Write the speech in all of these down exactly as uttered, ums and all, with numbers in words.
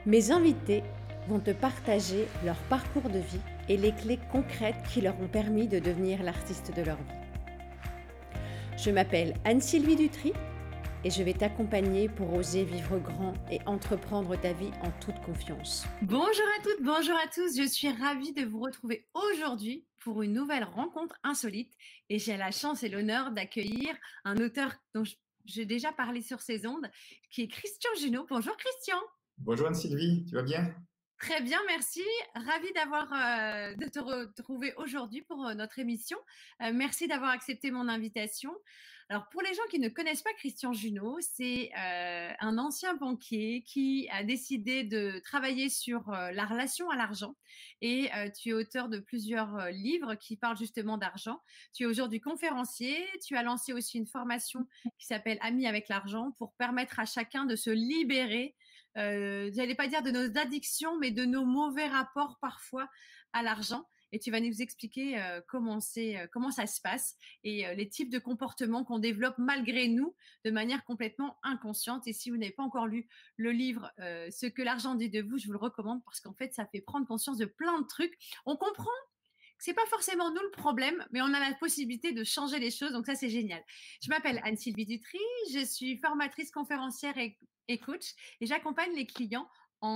Mes invités vont te partager leur parcours de vie et les clés concrètes qui leur ont permis de devenir l'artiste de leur vie. Je m'appelle Anne-Sylvie Dutry et je vais t'accompagner pour oser vivre grand et entreprendre ta vie en toute confiance. Bonjour à toutes, bonjour à tous, je suis ravie de vous retrouver aujourd'hui pour une nouvelle rencontre insolite et j'ai la chance et l'honneur d'accueillir un auteur dont je- j'ai déjà parlé sur ces ondes, qui est Christian Junot. Bonjour Christian. Bonjour Anne-Sylvie, tu vas bien? Très bien, merci. Ravie d'avoir euh, de te retrouver aujourd'hui pour euh, notre émission. Euh, merci d'avoir accepté mon invitation. Alors, pour les gens qui ne connaissent pas Christian Junot, c'est euh, un ancien banquier qui a décidé de travailler sur euh, la relation à l'argent. Et euh, tu es auteur de plusieurs euh, livres qui parlent justement d'argent. Tu es aujourd'hui conférencier. Tu as lancé aussi une formation qui s'appelle Amis avec l'argent pour permettre à chacun de se libérer, euh, j'allais pas dire de nos addictions, mais de nos mauvais rapports parfois à l'argent. Et tu vas nous expliquer euh, comment, c'est, euh, comment ça se passe et euh, les types de comportements qu'on développe malgré nous de manière complètement inconsciente. Et si vous n'avez pas encore lu le livre euh, Ce que l'argent dit de vous, je vous le recommande parce qu'en fait, ça fait prendre conscience de plein de trucs. On comprend que c'est pas forcément nous le problème, mais on a la possibilité de changer les choses. Donc ça, c'est génial. Je m'appelle Anne-Sylvie Dutry, je suis formatrice, conférencière et, et coach et j'accompagne les clients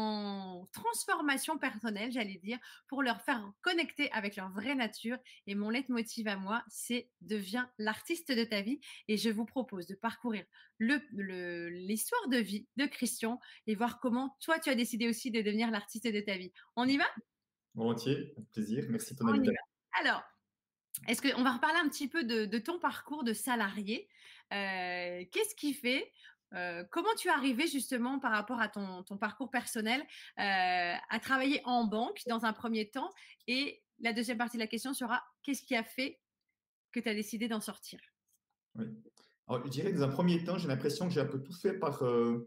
en transformation personnelle, j'allais dire, pour leur faire connecter avec leur vraie nature. Et mon leitmotiv à moi, c'est deviens l'artiste de ta vie. Et je vous propose de parcourir le, le, l'histoire de vie de Christian et voir comment toi, tu as décidé aussi de devenir l'artiste de ta vie. On y va? Volontiers, avec plaisir. Merci de ton On y invitation. va. Alors, est-ce qu'on va reparler un petit peu de, de ton parcours de salarié? Euh, Qu'est-ce qui fait euh, comment tu es arrivé justement par rapport à ton, ton parcours personnel euh, à travailler en banque dans un premier temps? Et la deuxième partie de la question sera qu'est-ce qui a fait que tu as décidé d'en sortir? Oui. Alors, je dirais que dans un premier temps, j'ai l'impression que j'ai un peu tout fait par, euh,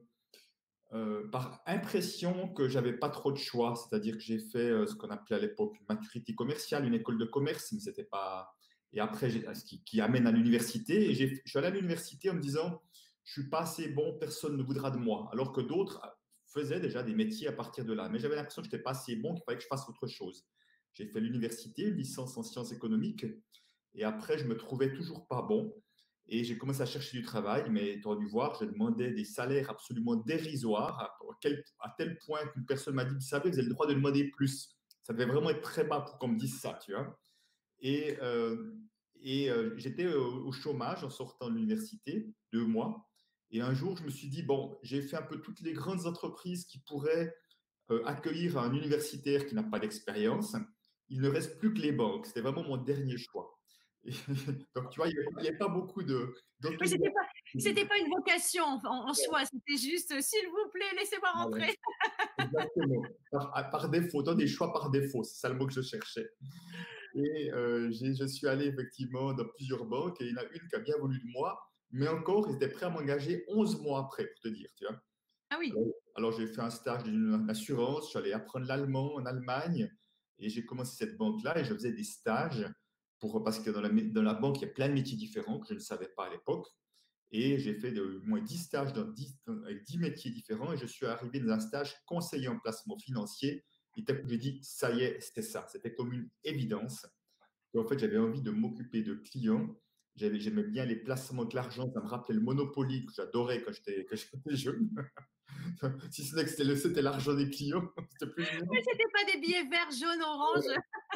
euh, par impression que j'avais pas trop de choix. C'est-à-dire que j'ai fait euh, ce qu'on appelait à l'époque une maturité commerciale, une école de commerce, mais c'était pas. Et après, j'ai- ce qui, qui amène à l'université. Et j'ai- je suis allé à l'université en me disant, je suis pas assez bon, personne ne voudra de moi. Alors que d'autres faisaient déjà des métiers à partir de là. Mais j'avais l'impression que je n'étais pas assez bon, qu'il fallait que je fasse autre chose. J'ai fait l'université, une licence en sciences économiques. Et après, je me trouvais toujours pas bon. Et j'ai commencé à chercher du travail, mais tu aurais dû voir, je demandais des salaires absolument dérisoires, à, quel- à tel point qu'une personne m'a dit, vous savez, vous avez le droit de demander plus. Ça devait vraiment être très bas pour qu'on me dise ça, tu vois. Et, euh, et euh, j'étais au, au chômage en sortant de l'université, deux mois. Et un jour, je me suis dit, bon, j'ai fait un peu toutes les grandes entreprises qui pourraient euh, accueillir un universitaire qui n'a pas d'expérience. Il ne reste plus que les banques. C'était vraiment mon dernier choix. Et donc, tu vois, il n'y avait, pas beaucoup de, Oui, c'était d'enthousiasme. pas, c'était pas une vocation en, en- en soi, c'était juste euh, s'il vous plaît, laissez-moi Voilà, rentrer. exactement. Par, par défaut, dans des choix par défaut, c'est ça le mot que je cherchais. Et euh, j'ai- je suis allé effectivement dans plusieurs banques et il y en a une qui a bien voulu de moi, mais encore, ils étaient prêts à m'engager onze mois après, pour te dire, tu vois. Ah oui. Alors, alors, j'ai fait un stage d'une assurance, je suis allé apprendre l'allemand en Allemagne et j'ai commencé cette banque-là et je faisais des stages pour, parce que dans la, dans la banque, il y a plein de métiers différents que je ne savais pas à l'époque. Et j'ai fait de, au moins dix stages dans dix, avec dix métiers différents et je suis arrivé dans un stage conseiller en placement financier. Et j'ai dit, ça y est, c'était ça. C'était comme une évidence. Et en fait, j'avais envie de m'occuper de clients. J'avais, j'aimais bien les placements de l'argent. Ça me rappelait le Monopoly que j'adorais quand j'étais, quand j'étais jeune. Si ce n'est que c'était, le, c'était l'argent des clients. C'était plus génial. Mais c'était pas des billets verts, jaunes, oranges.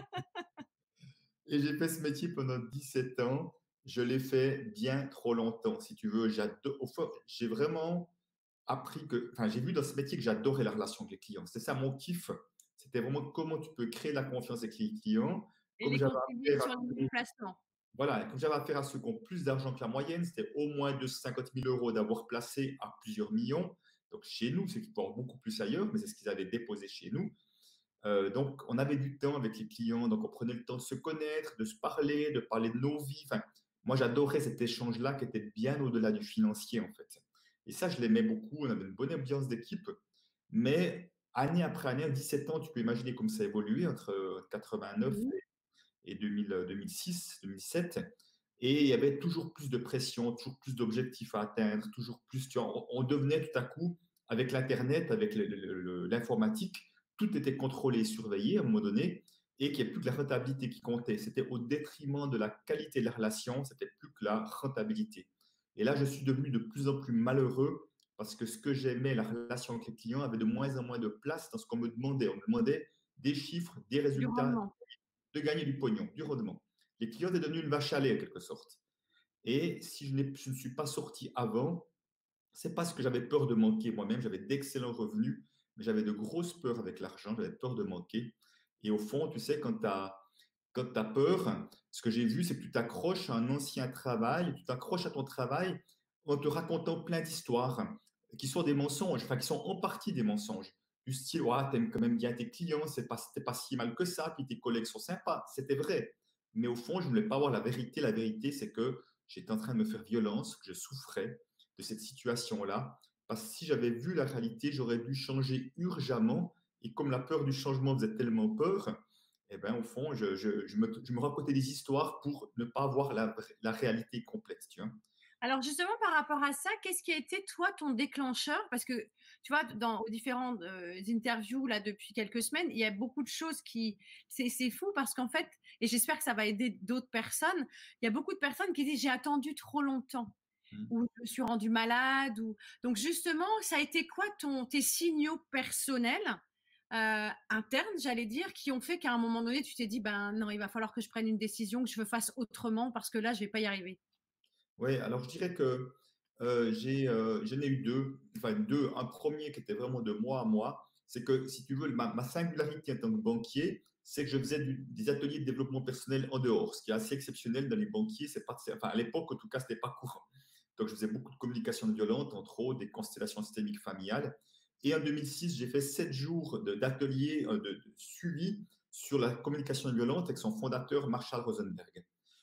Et j'ai fait ce métier pendant dix-sept ans. Je l'ai fait bien trop longtemps, si tu veux. J'adore, au fond, j'ai vraiment appris que, enfin, j'ai vu dans ce métier que j'adorais la relation avec les clients. C'est ça mon kiff. C'était vraiment comment tu peux créer de la confiance avec les clients. Et Comme les j'avais contribuer affaire sur à, les placements. voilà, comme j'avais affaire à ceux qui ont plus d'argent que la moyenne, c'était au moins deux cent cinquante mille euros d'avoir placé à plusieurs millions. Donc chez nous, c'est qu'ils portent beaucoup plus ailleurs, mais c'est ce qu'ils avaient déposé chez nous. Euh, donc, on avait du temps avec les clients, donc on prenait le temps de se connaître, de se parler, de parler de nos vies. Enfin, moi, j'adorais cet échange-là qui était bien au-delà du financier, en fait. Et ça, je l'aimais beaucoup. On avait une bonne ambiance d'équipe. Mais année après année, à dix-sept ans, tu peux imaginer comme ça a évolué entre quatre-vingt-neuf Mhm. et deux mille, deux mille six, deux mille sept. Et il y avait toujours plus de pression, toujours plus d'objectifs à atteindre, toujours plus. Tu vois, on, on devenait tout à coup avec l'Internet, avec le- le- le- l'informatique, tout était contrôlé et surveillé à un moment donné, et qu'il n'y avait plus que la rentabilité qui comptait. C'était au détriment de la qualité de la relation, c'était plus que la rentabilité. Et là, je suis devenu de plus en plus malheureux parce que ce que j'aimais, la relation avec les clients, avait de moins en moins de place dans ce qu'on me demandait. On me demandait des chiffres, des Du résultats, rendement. de gagner du pognon, du rendement. Les clients étaient devenus une vache à lait, en quelque sorte. Et si je, je ne suis pas sorti avant, c'est parce que j'avais peur de manquer moi-même. J'avais d'excellents revenus, mais j'avais de grosses peurs avec l'argent. J'avais peur de manquer. Et au fond, tu sais, quand tu as, quand tu as peur, ce que j'ai vu, c'est que tu t'accroches à un ancien travail, tu t'accroches à ton travail en te racontant plein d'histoires qui sont des mensonges, enfin qui sont en partie des mensonges. Du style, ouais, t'aimes quand même bien tes clients, c'est pas, c'était pas si mal que ça, puis tes collègues sont sympas. C'était vrai. Mais au fond, je ne voulais pas voir la vérité. La vérité, c'est que j'étais en train de me faire violence, que je souffrais de cette situation-là. Parce que si j'avais vu la réalité, j'aurais dû changer urgemment. Et comme la peur du changement faisait tellement peur, eh ben, au fond, je, je, je, me, je me racontais des histoires pour ne pas voir la, la réalité complète. Tu vois. Alors justement, par rapport à ça, qu'est-ce qui a été, toi, ton déclencheur? Parce que, tu vois, dans aux différentes euh, interviews, là, depuis quelques semaines, il y a beaucoup de choses qui... C'est c'est fou parce qu'en fait, et j'espère que ça va aider d'autres personnes, il y a beaucoup de personnes qui disent, j'ai attendu trop longtemps, Mm. ou je me suis rendue malade, ou... Donc justement, ça a été quoi ton, tes signaux personnels, euh, internes, j'allais dire, qui ont fait qu'à un moment donné, tu t'es dit, ben non, il va falloir que je prenne une décision, que je me fasse autrement, parce que là, je vais pas y arriver. Oui, alors je dirais que euh, j'ai, euh, j'en ai eu deux, enfin deux. Un premier qui était vraiment de moi à moi, c'est que si tu veux, ma, ma singularité en tant que banquier, c'est que je faisais du- des ateliers de développement personnel en dehors, ce qui est assez exceptionnel dans les banquiers. C'est pas, c'est- enfin, à l'époque, en tout cas, c'était pas courant. Donc, je faisais beaucoup de communication non violente, entre autres, des constellations systémiques familiales. Et en deux mille six, j'ai fait sept jours de- d'ateliers euh, de, de suivi sur la communication non violente avec son fondateur, Marshall Rosenberg.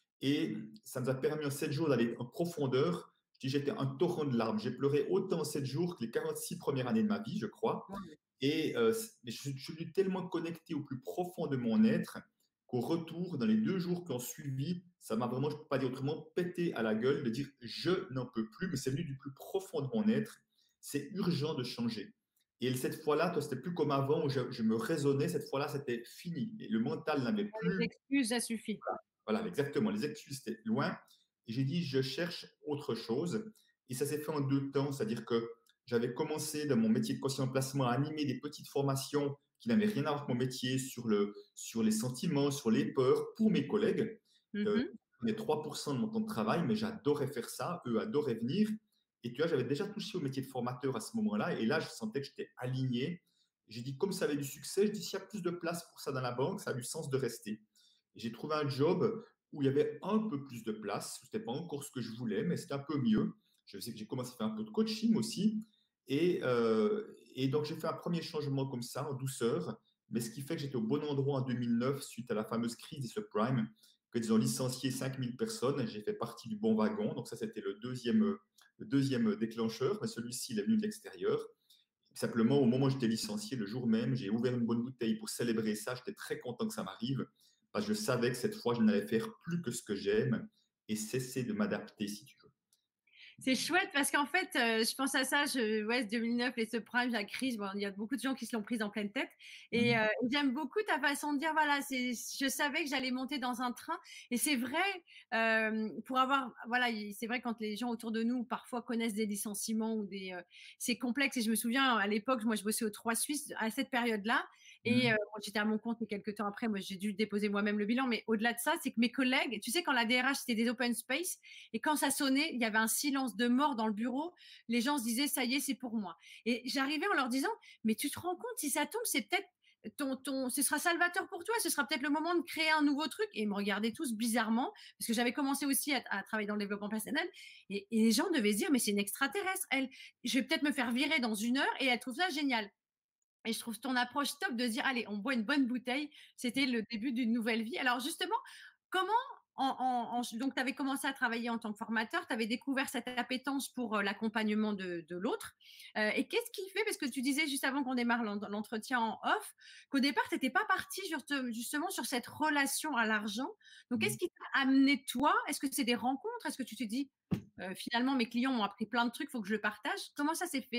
Et ça nous a permis en sept jours d'aller en profondeur. Je dis, j'étais un torrent de larmes. J'ai pleuré autant en sept jours que les quarante-six premières années de ma vie, je crois. Et euh, je, je suis tellement connecté au plus profond de mon être qu'au retour, dans les deux jours qui ont suivi, ça m'a vraiment, je ne peux pas dire autrement, pété à la gueule de dire je n'en peux plus, mais c'est venu du plus profond de mon être. C'est urgent de changer. Et cette fois-là, c'était plus comme avant où je, je me raisonnais. Cette fois-là, c'était fini. Et le mental n'avait Les plus. excuses, ça suffit. Voilà, exactement. Les excuses, c'était loin. Et j'ai dit, je cherche autre chose. Et ça s'est fait en deux temps. C'est-à-dire que j'avais commencé dans mon métier de conseiller en placement à animer des petites formations qui n'avaient rien à voir avec mon métier sur, le, sur les sentiments, sur les peurs pour mes collègues. Euh, Mhm. les trois pour cent de mon temps de travail, mais j'adorais faire ça. Eux adoraient venir. Et tu vois, j'avais déjà touché au métier de formateur à ce moment-là. Et là, je sentais que j'étais aligné. J'ai dit, comme ça avait du succès, je dis, s'il y a plus de place pour ça dans la banque, ça a du sens de rester. J'ai trouvé un job où il y avait un peu plus de place. Ce n'était pas encore ce que je voulais, mais c'était un peu mieux. Je sais que j'ai commencé à faire un peu de coaching aussi. Et, euh, et donc, j'ai fait un premier changement comme ça, en douceur. Mais ce qui fait que j'étais au bon endroit en deux mille neuf, suite à la fameuse crise des subprimes, que ils ont licencié cinq mille personnes. J'ai fait partie du bon wagon. Donc, ça, c'était le deuxième, le deuxième déclencheur. Mais celui-ci, il est venu de l'extérieur. Simplement, au moment où j'étais licencié, le jour même, j'ai ouvert une bonne bouteille pour célébrer ça. J'étais très content que ça m'arrive parce que je savais que cette fois, je n'allais faire plus que ce que j'aime et cesser de m'adapter, si tu veux. C'est chouette parce qu'en fait, euh, je pense à ça, je, ouais, deux mille neuf, les subprimes, la crise, bon, il y a beaucoup de gens qui se l'ont prise en pleine tête. Et euh, j'aime beaucoup ta façon de dire, voilà, c'est, je savais que j'allais monter dans un train. Et c'est vrai, euh, pour avoir, voilà, c'est vrai quand les gens autour de nous parfois connaissent des licenciements ou des, euh, c'est complexe. Et je me souviens à l'époque, moi, je bossais aux Trois Suisses à cette période-là. Et euh, bon, j'étais à mon compte et quelques temps après, moi, j'ai dû déposer moi-même le bilan. Mais au-delà de ça, c'est que mes collègues, tu sais, quand la D R H, c'était des open space, et quand ça sonnait, il y avait un silence de mort dans le bureau. Les gens se disaient, ça y est, c'est pour moi. Et j'arrivais en leur disant, mais tu te rends compte, si ça tombe, c'est peut-être ton, ton, ce sera salvateur pour toi, ce sera peut-être le moment de créer un nouveau truc. Et ils me regardaient tous bizarrement, parce que j'avais commencé aussi à, à travailler dans le développement personnel. Et, et les gens devaient se dire, mais c'est une extraterrestre, elle. Je vais peut-être me faire virer dans une heure et elle trouve ça génial. Et je trouve ton approche top de dire, allez, on boit une bonne bouteille. C'était le début d'une nouvelle vie. Alors justement, comment, en, en, en, donc tu avais commencé à travailler en tant que formateur, tu avais découvert cette appétence pour euh, l'accompagnement de, de l'autre. Euh, et qu'est-ce qui fait, parce que tu disais juste avant qu'on démarre l'entretien en off, qu'au départ, tu n'étais pas parti justement sur cette relation à l'argent. Donc qu'est-ce qui t'a amené toi? Est-ce que c'est des rencontres? Est-ce que tu te dis, euh, finalement, mes clients m'ont appris plein de trucs, il faut que je le partage? Comment ça s'est fait?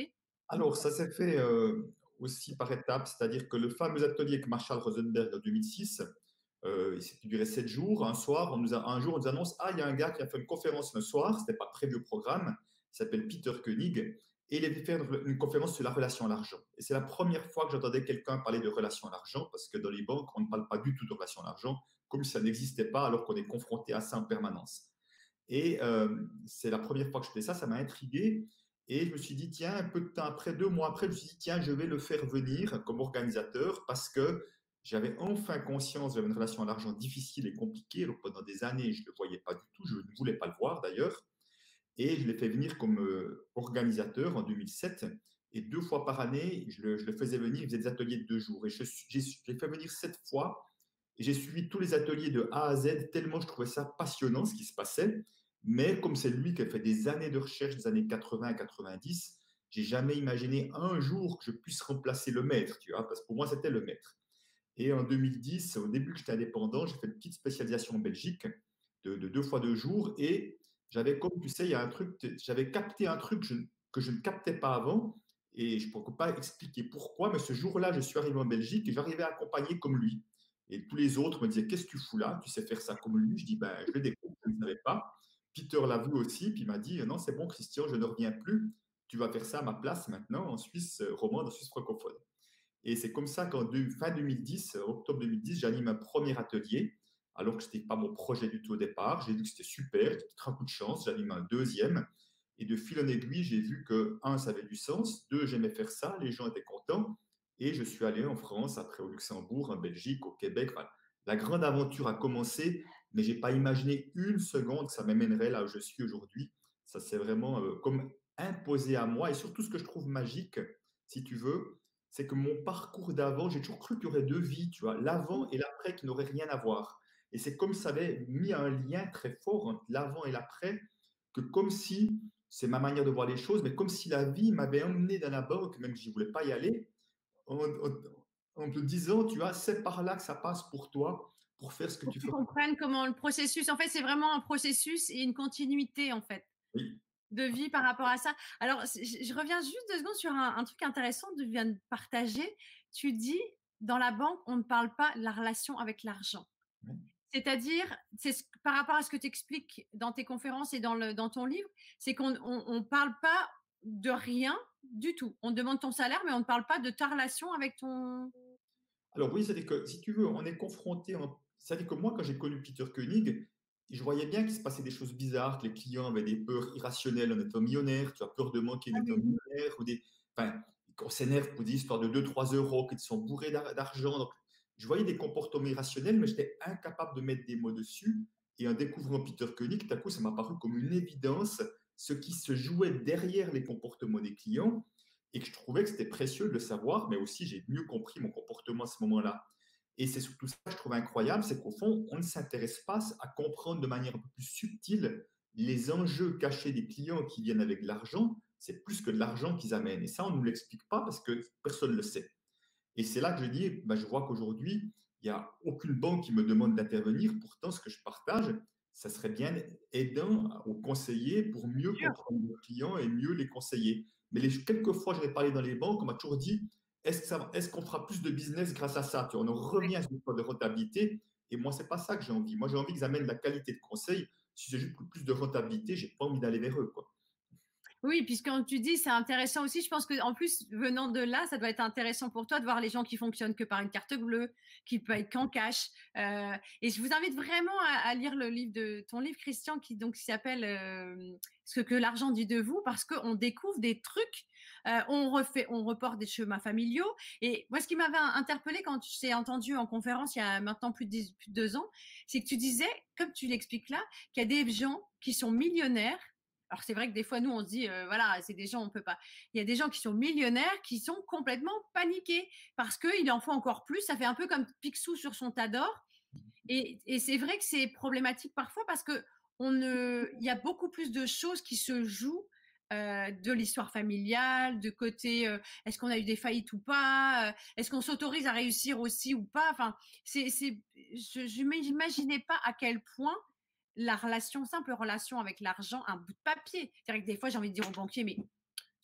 Alors, ça s'est fait euh, aussi par étapes, c'est-à-dire que le fameux atelier avec Marshall Rosenberg en deux mille six, euh, il duré sept jours. Un soir, on nous a, un jour, on nous annonce, ah, il y a un gars qui a fait une conférence le soir, c'était pas prévu au programme, il s'appelle Peter Koenig, et il avait fait une, une conférence sur la relation à l'argent. Et c'est la première fois que j'entendais quelqu'un parler de relation à l'argent, parce que dans les banques, on ne parle pas du tout de relation à l'argent, comme si ça n'existait pas, alors qu'on est confronté à ça en permanence. Et euh, c'est la première fois que je fais ça, ça m'a intrigué. Et je me suis dit, tiens, un peu de temps après, deux mois après, je me suis dit, tiens, je vais le faire venir comme organisateur parce que j'avais enfin conscience de une relation à l'argent difficile et compliquée. Donc pendant des années, je ne le voyais pas du tout, je ne voulais pas le voir d'ailleurs. Et je l'ai fait venir comme euh, organisateur en deux mille sept. Et deux fois par année, je le, je le faisais venir, il faisait des ateliers de deux jours. Et je, j'ai, je l'ai fait venir sept fois. Et j'ai suivi tous les ateliers de A à Z, tellement je trouvais ça passionnant ce qui se passait. Mais comme c'est lui qui a fait des années de recherche des années quatre-vingts à quatre-vingt-dix, j'ai jamais imaginé un jour que je puisse remplacer le maître, tu vois, parce que pour moi, c'était le maître. Et en deux mille dix, au début que j'étais indépendant, j'ai fait une petite spécialisation en Belgique de, de deux fois deux jours. Et j'avais, comme tu sais, il y a un truc, j'avais capté un truc que je, que je ne captais pas avant. Et je ne pourrais pas expliquer pourquoi, mais ce jour-là, je suis arrivé en Belgique et j'arrivais à accompagner comme lui. Et tous les autres me disaient, qu'est-ce que tu fous là? Tu sais faire ça comme lui? Je dis, ben, je le découvre, je ne savais pas. Peter l'a vu aussi, puis il m'a dit, non, c'est bon, Christian, je ne reviens plus. Tu vas faire ça à ma place maintenant en Suisse romande, en Suisse francophone. Et c'est comme ça qu'en fin deux mille dix, octobre deux mille dix, j'anime un premier atelier, alors que ce n'était pas mon projet du tout au départ. J'ai vu que c'était super, c'était un coup de chance, j'anime un deuxième. Et de fil en aiguille, j'ai vu que, un, ça avait du sens, deux, j'aimais faire ça, les gens étaient contents. Et je suis allé en France, après au Luxembourg, en Belgique, au Québec. Enfin, la grande aventure a commencé, mais je n'ai pas imaginé une seconde que ça m'amènerait là où je suis aujourd'hui. Ça s'est vraiment euh, comme imposé à moi. Et surtout, ce que je trouve magique, si tu veux, c'est que mon parcours d'avant, j'ai toujours cru qu'il y aurait deux vies, tu vois, l'avant et l'après qui n'auraient rien à voir. Et c'est comme ça avait mis un lien très fort entre l'avant et l'après, que comme si, c'est ma manière de voir les choses, mais comme si la vie m'avait emmené dans la banque, même si je ne voulais pas y aller, en, en, en te disant, tu vois, c'est par là que ça passe pour toi, pour faire ce que Pour tu qu'ils fais. comprennent comment le processus, en fait, c'est vraiment un processus et une continuité, en fait, Oui. de vie par rapport à ça. Alors, je, je reviens juste deux secondes sur un, un truc intéressant que tu viens de partager. Tu dis, dans la banque, on ne parle pas de la relation avec l'argent. Oui. C'est-à-dire, c'est ce, par rapport à ce que tu expliques dans tes conférences et dans, le, dans ton livre, c'est qu'on ne parle pas de rien du tout. On demande ton salaire, mais on ne parle pas de ta relation avec ton… Alors oui, c'est-à-dire que si tu veux, on est confronté, en... c'est-à-dire que moi, quand j'ai connu Peter Koenig, je voyais bien qu'il se passait des choses bizarres, que les clients avaient des peurs irrationnelles en étant millionnaire, tu as peur de manquer en Ah étant oui. millionnaire, ou des, enfin, qu'on s'énerve pour des histoires de deux trois euros, qu'ils sont bourrés d'argent. Donc, je voyais des comportements irrationnels, mais j'étais incapable de mettre des mots dessus. Et en découvrant Peter Koenig, tout à coup, ça m'a paru comme une évidence, ce qui se jouait derrière les comportements des clients, et que je trouvais que c'était précieux de le savoir, mais aussi j'ai mieux compris mon comportement à ce moment-là. Et c'est surtout ça que je trouve incroyable, c'est qu'au fond, on ne s'intéresse pas à comprendre de manière un peu plus subtile les enjeux cachés des clients qui viennent avec de l'argent. C'est plus que de l'argent qu'ils amènent. Et ça, on ne nous l'explique pas parce que personne ne le sait. Et c'est là que je dis, ben, je vois qu'aujourd'hui, il n'y a aucune banque qui me demande d'intervenir. Pourtant, ce que je partage, ça serait bien aidant aux conseillers pour mieux comprendre leurs clients et mieux les conseiller. Mais les quelques fois que j'avais parlé dans les banques, on m'a toujours dit, est-ce qu'on est qu fera plus de business grâce à ça? Tu vois, on revient sur une de rentabilité. Et moi, ce n'est pas ça que j'ai envie. Moi, j'ai envie qu'ils amènent la qualité de conseil. Si c'est juste pour plus de rentabilité, je n'ai pas envie d'aller vers eux, quoi. Oui, puisque quand tu dis, c'est intéressant aussi. Je pense qu'en plus, venant de là, ça doit être intéressant pour toi de voir les gens qui fonctionnent que par une carte bleue, qui peut être qu'en cash. Euh, et je vous invite vraiment à, à lire le livre de ton livre, Christian, qui donc s'appelle euh, Ce que l'argent dit de vous, parce qu'on découvre des trucs, euh, on refait, on reporte des chemins familiaux. Et moi, ce qui m'avait interpellée quand je t'ai entendu en conférence il y a maintenant plus de, dix, plus de deux ans, c'est que tu disais, comme tu l'expliques là, qu'il y a des gens qui sont millionnaires. Alors c'est vrai que des fois nous on se dit euh, voilà c'est des gens on peut pas. Il y a des gens qui sont millionnaires qui sont complètement paniqués parce qu'il en faut encore plus. Ça fait un peu comme Picsou sur son tas d'or. Et, et c'est vrai que c'est problématique parfois parce que on ne, il y a beaucoup plus de choses qui se jouent. Euh, de l'histoire familiale, de côté euh, est-ce qu'on a eu des faillites ou pas, euh, est-ce qu'on s'autorise à réussir aussi ou pas. Enfin, c'est, c'est, je n'imaginais pas à quel point la relation, simple relation avec l'argent, un bout de papier. C'est vrai que des fois, j'ai envie de dire au banquier, mais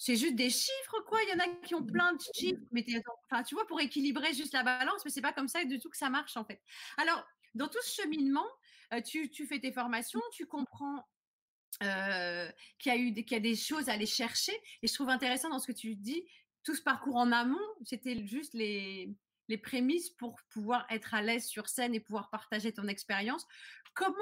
c'est juste des chiffres, quoi. Il y en a qui ont plein de chiffres, mais tu enfin, tu vois, pour équilibrer juste la balance, mais c'est pas comme ça du tout que ça marche, en fait. Alors, dans tout ce cheminement, heu, tu tu fais tes formations, tu comprends, heu, qu'il y a eu des qu'il y a des choses à aller chercher et je trouve intéressant dans ce que tu dis, tout ce parcours en amont, c'était juste les les prémices pour pouvoir être à l'aise sur scène et pouvoir partager ton expérience. Comment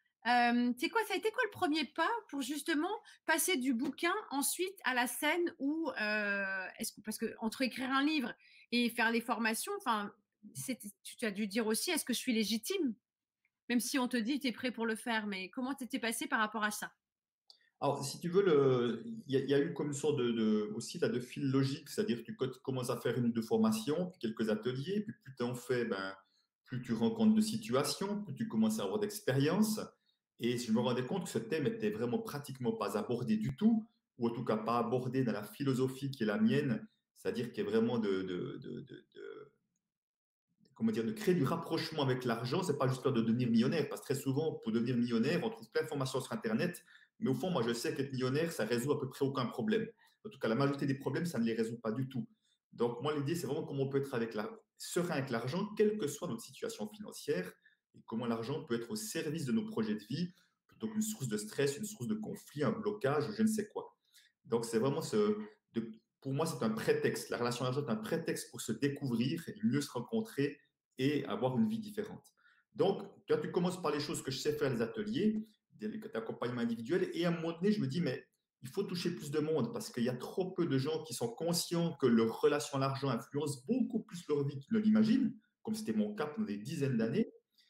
Hem, c'est quoi ça a été quoi le premier pas pour justement passer du bouquin ensuite à la scène ou, heu, est-ce que parce qu'entre écrire un livre et faire les formations, enfin, c'était tu tu as dû dire aussi: «Est-ce que je suis légitime?» Même si on te dit: «Tu es prêt pour le faire», mais comment tu étais passé par rapport à ça? Alors, si tu veux, le, il y, a il y a eu comme une sorte de, de- aussi là, de fil logique, c'est-à-dire que tu co- commences à faire une ou deux formations, puis quelques ateliers, puis plus tu en fais, ben, plus tu rencontres de situations, plus tu commences à avoir d'expérience. Et je me rendais compte que ce thème était vraiment pratiquement pas abordé du tout, ou en tout cas pas abordé dans la philosophie qui est la mienne, c'est-à-dire qui est vraiment de, de, de, de- de- comment dire, de créer du rapprochement avec l'argent. C'est pas juste de devenir millionnaire, parce que très souvent, pour devenir millionnaire, on trouve plein d'informations sur Internet, mais au fond, moi, je sais qu'être millionnaire, ça résout à peu près aucun problème. En tout cas, la majorité des problèmes, ça ne les résout pas du tout. Donc, moi, l'idée, c'est vraiment comment on peut être avec la, serein avec l'argent, quelle que soit notre situation financière, et comment l'argent peut être au service de nos projets de vie, plutôt qu'une source de stress, une source de conflit, un blocage, je ne sais quoi. Donc, c'est vraiment ce, de, pour moi, c'est un prétexte. La relation à l'argent est un prétexte pour se découvrir et mieux se rencontrer et avoir une vie différente. Donc, tu, tu commences par les choses que je sais faire, les ateliers, d'accompagnement individuel, et à un moment donné, je me dis, mais il faut toucher plus de monde parce qu'il y a trop peu de gens qui sont conscients que leur relation à l'argent influence beaucoup plus leur vie qu'ils ne l'imaginent, comme c'était mon cas pendant des dizaines d'années.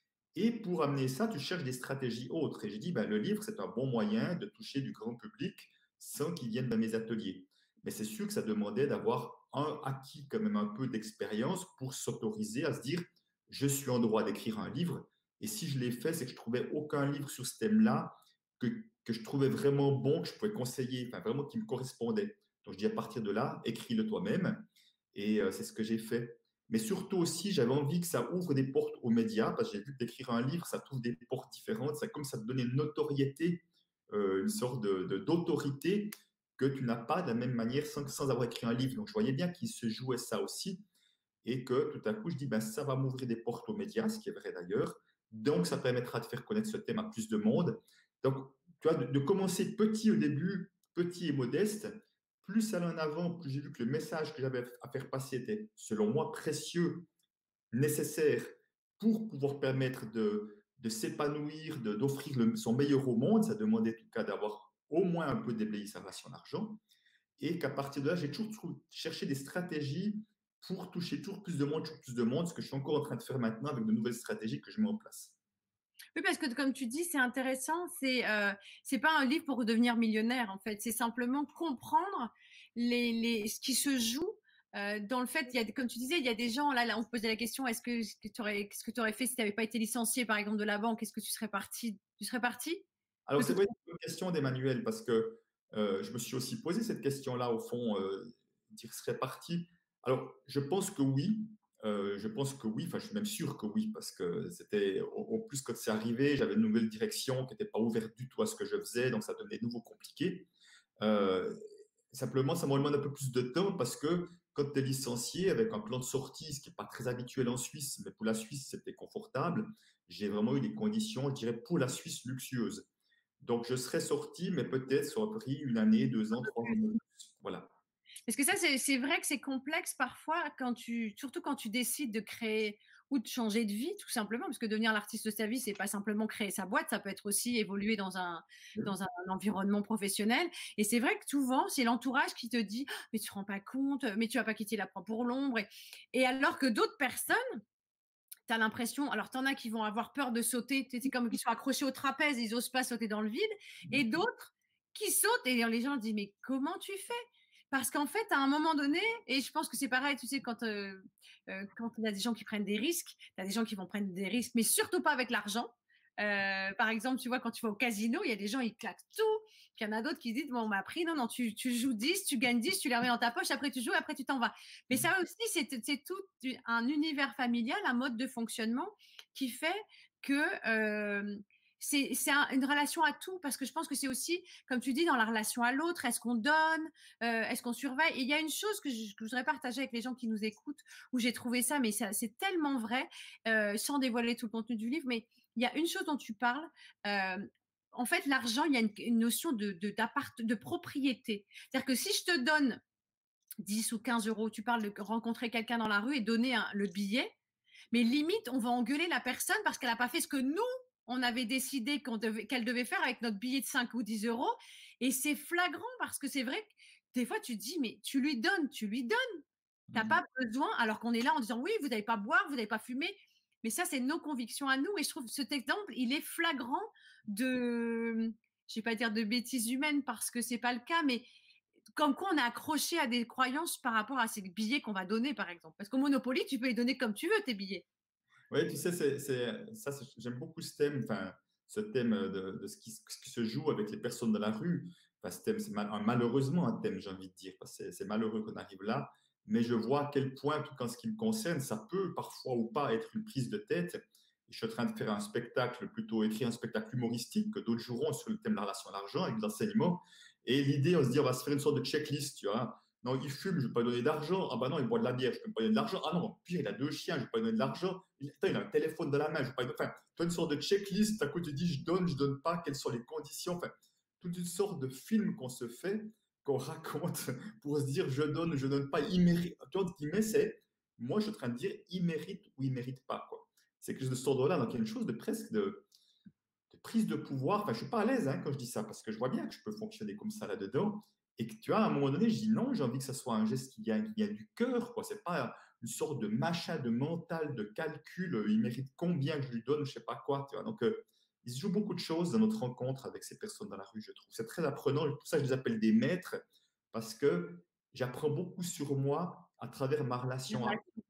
Et pour amener ça, tu cherches des stratégies autres. Et je dis, ben, le livre, c'est un bon moyen de toucher du grand public sans qu'ils viennent dans mes ateliers. Mais c'est sûr que ça demandait d'avoir un acquis quand même un peu d'expérience pour s'autoriser à se dire, je suis en droit d'écrire un livre. Et si je l'ai fait, c'est que je trouvais aucun livre sur ce thème-là que, que je trouvais vraiment bon, que je pouvais conseiller, enfin vraiment qui me correspondait. Donc je dis à partir de là, écris-le toi-même. Et euh, c'est ce que j'ai fait. Mais surtout aussi, j'avais envie que ça ouvre des portes aux médias, parce que j'ai vu que d'écrire un livre, ça t'ouvre des portes différentes, ça comme ça te donnait une notoriété, euh, une sorte de, de- d'autorité que tu n'as pas de la même manière sans, sans avoir écrit un livre. Donc je voyais bien qu'il se jouait ça aussi, et que tout à coup, je dis, ben, ça va m'ouvrir des portes aux médias, ce qui est vrai d'ailleurs. Donc ça permettra de faire connaître ce thème à plus de monde. Donc, tu vois, de, de commencer petit au début, petit et modeste, plus ça allait en avant, plus j'ai vu que le message que j'avais à faire passer était, selon moi, précieux, nécessaire pour pouvoir permettre de, de s'épanouir, de, d'offrir le, son meilleur au monde. Ça demandait en tout cas d'avoir au moins un peu déblayé sa relation d'argent. Et qu'à partir de là, j'ai toujours cherché des stratégies pour toucher toujours plus de monde, toujours plus de monde, ce que je suis encore en train de faire maintenant avec de nouvelles stratégies que je mets en place. Oui, parce que comme tu dis, c'est intéressant, c'est, heu, c'est pas un livre pour devenir millionnaire, en fait. C'est simplement comprendre les les ce qui se joue, heu, dans le fait il y a comme tu disais, il y a des gens là là, on te posait la question: «Est-ce que ce que tu aurais qu'est-ce que tu aurais fait si tu avais pas été licencié, par exemple, de la banque? Est-ce que tu serais parti tu serais parti?» Alors, De c'est toute vrai, c'est une question d'Emmanuel, parce que euh, je me suis aussi posé cette question-là, au fond, euh, dire serait parti. Alors, je pense que oui. Euh, je pense que oui, enfin, je suis même sûr que oui, parce que c'était, au, au plus quand c'est arrivé, j'avais une nouvelle direction qui n'était pas ouverte du tout à ce que je faisais, donc ça devenait de nouveau compliqué. Euh, Simplement, ça me demande un peu plus de temps parce que quand tu es licencié avec un plan de sortie, ce qui n'est pas très habituel en Suisse, mais pour la Suisse, c'était confortable, j'ai vraiment eu des conditions, je dirais, pour la Suisse luxueuses. Donc, je serais sorti, mais peut-être ça aurait pris une année, deux ans, trois ans de plus. Voilà. Parce que ça, c'est c'est vrai que c'est complexe parfois quand tu surtout quand tu décides de créer ou de changer de vie tout simplement, parce que devenir l'artiste de sa vie, c'est pas simplement créer sa boîte, ça peut être aussi évoluer dans un dans un environnement professionnel et c'est vrai que souvent, c'est l'entourage qui te dit: «Ah, mais tu te rends pas compte, mais tu vas pas quitter la proie pour l'ombre» et et alors que d'autres personnes, tu as l'impression alors tu en as qui vont avoir peur de sauter, tu sais, c'est comme qu'ils sont accrochés au trapèze, ils osent pas sauter dans le vide et d'autres qui sautent et les gens disent: «Mais comment tu fais?» Parce qu'en fait, à un moment donné, et je pense que c'est pareil, tu sais, quand, heu heu, quand il y a des gens qui prennent des risques, tu as des gens qui vont prendre des risques, mais surtout pas avec l'argent. Heu, par exemple, tu vois, quand tu vas au casino, il y a des gens, ils claquent tout. Puis il y en a d'autres qui disent: «Bon, on m'a pris». Non, non, tu tu joues dix, tu gagnes dix, tu les remets dans ta poche, après tu joues, après tu t'en vas. Mais ça aussi, c'est c'est tout un univers familial, un mode de fonctionnement qui fait que, hem, c'est c'est un- une relation à tout parce que je pense que c'est aussi, comme tu dis, dans la relation à l'autre, est-ce qu'on donne, euh, est-ce qu'on surveille? Et il y a une chose que je, que je voudrais partager avec les gens qui nous écoutent, où j'ai trouvé ça, mais ça- c'est tellement vrai, euh, sans dévoiler tout le contenu du livre, mais il y a une chose dont tu parles. euh, En fait, l'argent, il y a une, une notion de, de, d'appart- de propriété. C'est-à-dire que si je te donne dix ou quinze euros, tu parles de rencontrer quelqu'un dans la rue et donner un- le billet, mais limite, on va engueuler la personne parce qu'elle n'a pas fait ce que nous, on avait décidé qu'on devait, qu'elle devait faire avec notre billet de cinq ou dix euros. Et c'est flagrant parce que c'est vrai que des fois, tu te dis, mais tu lui donnes, tu lui donnes. Tu n'as Mhm. pas besoin, alors qu'on est là en disant, oui, vous n'allez pas boire, vous n'allez pas fumer. Mais ça, c'est nos convictions à nous. Et je trouve que cet exemple, il est flagrant de, je ne vais pas dire de bêtises humaines parce que c'est pas le cas, mais comme quoi on est accroché à des croyances par rapport à ces billets qu'on va donner, par exemple. Parce qu'au Monopoly, tu peux les donner comme tu veux, tes billets. Oui, tu sais, c'est, c'est- ça, c'est- j'aime beaucoup ce thème, enfin, ce thème de, de ce, qui, ce qui se joue avec les personnes de la rue. Enfin, ce thème, c'est mal- un- malheureusement un thème, j'ai envie de dire, parce que c'est c'est malheureux qu'on arrive là, mais je vois à quel point, en tout cas en ce qui me concerne, ça peut parfois ou pas être une prise de tête. Je suis en train de faire un spectacle, plutôt écrire un spectacle humoristique que d'autres joueront sur le thème de la relation à l'argent avec des enseignements. Et l'idée, on se dit, on va se faire une sorte de checklist, tu vois. Non, il fume, je ne vais pas lui donner d'argent. Ah bah non, il boit de la bière, je ne peux pas lui donner de l'argent. Ah non, pire, il a deux chiens, je ne vais pas lui donner de l'argent. Il, attends, il a un téléphone dans la main, je vais pas lui donner. Enfin, tu as une sorte de checklist, à coup tu dis je donne, je ne donne pas, quelles sont les conditions. Enfin, toute une sorte de film qu'on se fait, qu'on raconte pour se dire je donne, je ne donne pas, il mérite. Tu vois, guillemets, c'est, moi je suis en train de dire il mérite ou il ne mérite pas, quoi. C'est quelque chose de cet ordre-là, donc il y a une chose de presque de, de prise de pouvoir. Enfin, je ne suis pas à l'aise hein, quand je dis ça, parce que je vois bien que je peux fonctionner comme ça là-dedans. Et que tu vois, à un moment donné, je dis non, j'ai envie que ça soit un geste qui vient, qui vient du cœur, quoi. C'est pas une sorte de machin, de mental, de calcul. Il mérite combien que je lui donne, je sais pas quoi. Tu vois. Donc, euh, il se joue beaucoup de choses dans notre rencontre avec ces personnes dans la rue, je trouve. C'est très apprenant. Pour ça, je les appelle des maîtres, parce que j'apprends beaucoup sur moi à travers ma relation à eux.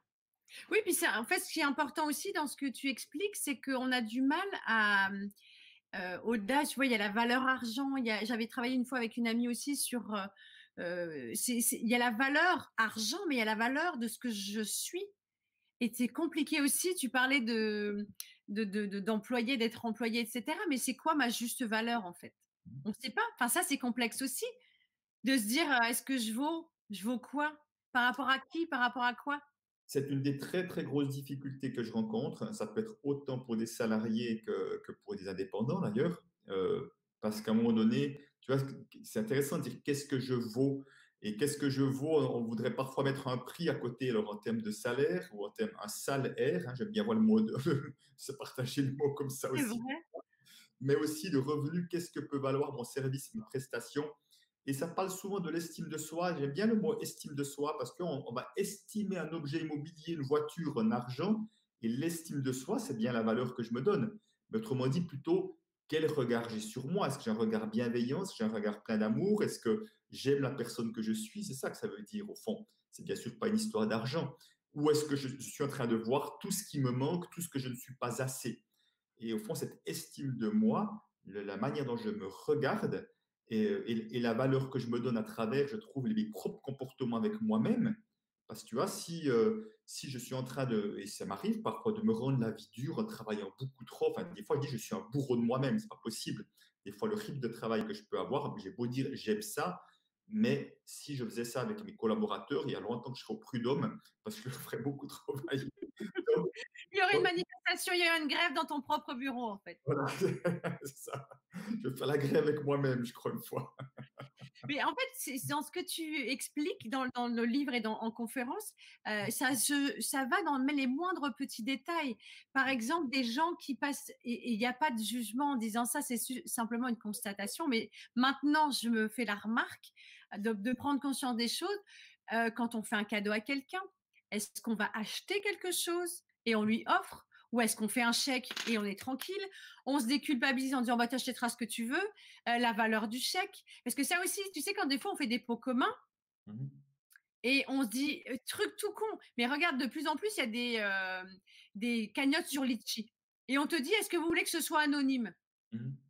Oui, puis c'est en fait, ce qui est important aussi dans ce que tu expliques, c'est qu'on a du mal à, euh, au-delà, tu vois, il y a la valeur argent. Il y a, j'avais travaillé une fois avec une amie aussi sur, euh, euh, c'est, c'est- il y a la valeur argent, mais il y a la valeur de ce que je suis. Et c'est compliqué aussi. Tu parlais de, de, de, de- d'employé, d'être employé, et cetera. Mais c'est quoi ma juste valeur en fait? On ne sait pas. Enfin, ça, c'est complexe aussi de se dire, euh, est-ce que je vaux, je vaux quoi? Par rapport à qui? Par rapport à quoi? C'est une des très, très grosses difficultés que je rencontre. Ça peut être autant pour des salariés que, que pour des indépendants d'ailleurs. Euh, parce qu'à un moment donné, tu vois, c'est intéressant de dire qu'est-ce que je vaux et qu'est-ce que je vaux. On voudrait parfois mettre un prix à côté, alors en termes de salaire ou en termes un salaire. Hein, j'aime bien voir le mot, de, se partager le mot comme ça C'est aussi, vrai. mais aussi de revenus, qu'est-ce que peut valoir mon service, ma prestation. Et ça parle souvent de l'estime de soi. J'aime bien le mot estime de soi parce qu'on on va estimer un objet immobilier, une voiture, un argent. Et l'estime de soi, c'est bien la valeur que je me donne. Mais autrement dit, plutôt, quel regard j'ai sur moi? Est-ce que j'ai un regard bienveillant? Est-ce que j'ai un regard plein d'amour? Est-ce que j'aime la personne que je suis? C'est ça que ça veut dire au fond. C'est bien sûr pas une histoire d'argent. Ou est-ce que je, je suis en train de voir tout ce qui me manque, tout ce que je ne suis pas assez? Et au fond, cette estime de moi, le- la manière dont je me regarde et, et- et la valeur que je me donne à travers, je trouve, mes propres comportements avec moi-même. Parce que tu vois, si, euh, si je suis en train de, et ça m'arrive parfois de me rendre la vie dure en travaillant beaucoup trop, enfin, des fois, je dis je suis un bourreau de moi-même, c'est pas possible. Des fois, le rythme de travail que je peux avoir, j'ai beau dire j'aime ça, mais si je faisais ça avec mes collaborateurs, il y a longtemps que je serais au prud'homme parce que je ferais beaucoup travailler. Donc, Il y aurait une manifestation, il y aurait une grève dans ton propre bureau en fait. voilà, c'est ça. Je vais faire la grève avec moi-même, je crois, une fois. Mais en fait, c'est dans ce que tu expliques dans, dans le livre et dans, en conférence, euh, ça, se, ça va dans les moindres petits détails. Par exemple, des gens qui passent, et il n'y a pas de jugement en disant ça, c'est simplement une constatation, mais maintenant, je me fais la remarque de, de prendre conscience des choses euh, quand on fait un cadeau à quelqu'un. Est-ce qu'on va acheter quelque chose et on lui offre? Ou est-ce qu'on fait un chèque et on est tranquille? On se déculpabilise en disant bah, tu achèteras ce que tu veux, euh, la valeur du chèque. Parce que ça aussi, tu sais, quand des fois on fait des pots communs Mhm. et on se dit euh, truc tout con, mais regarde, de plus en plus, il y a des, euh, des cagnottes sur Litchi. Et on te dit est-ce que vous voulez que ce soit anonyme? Mhm.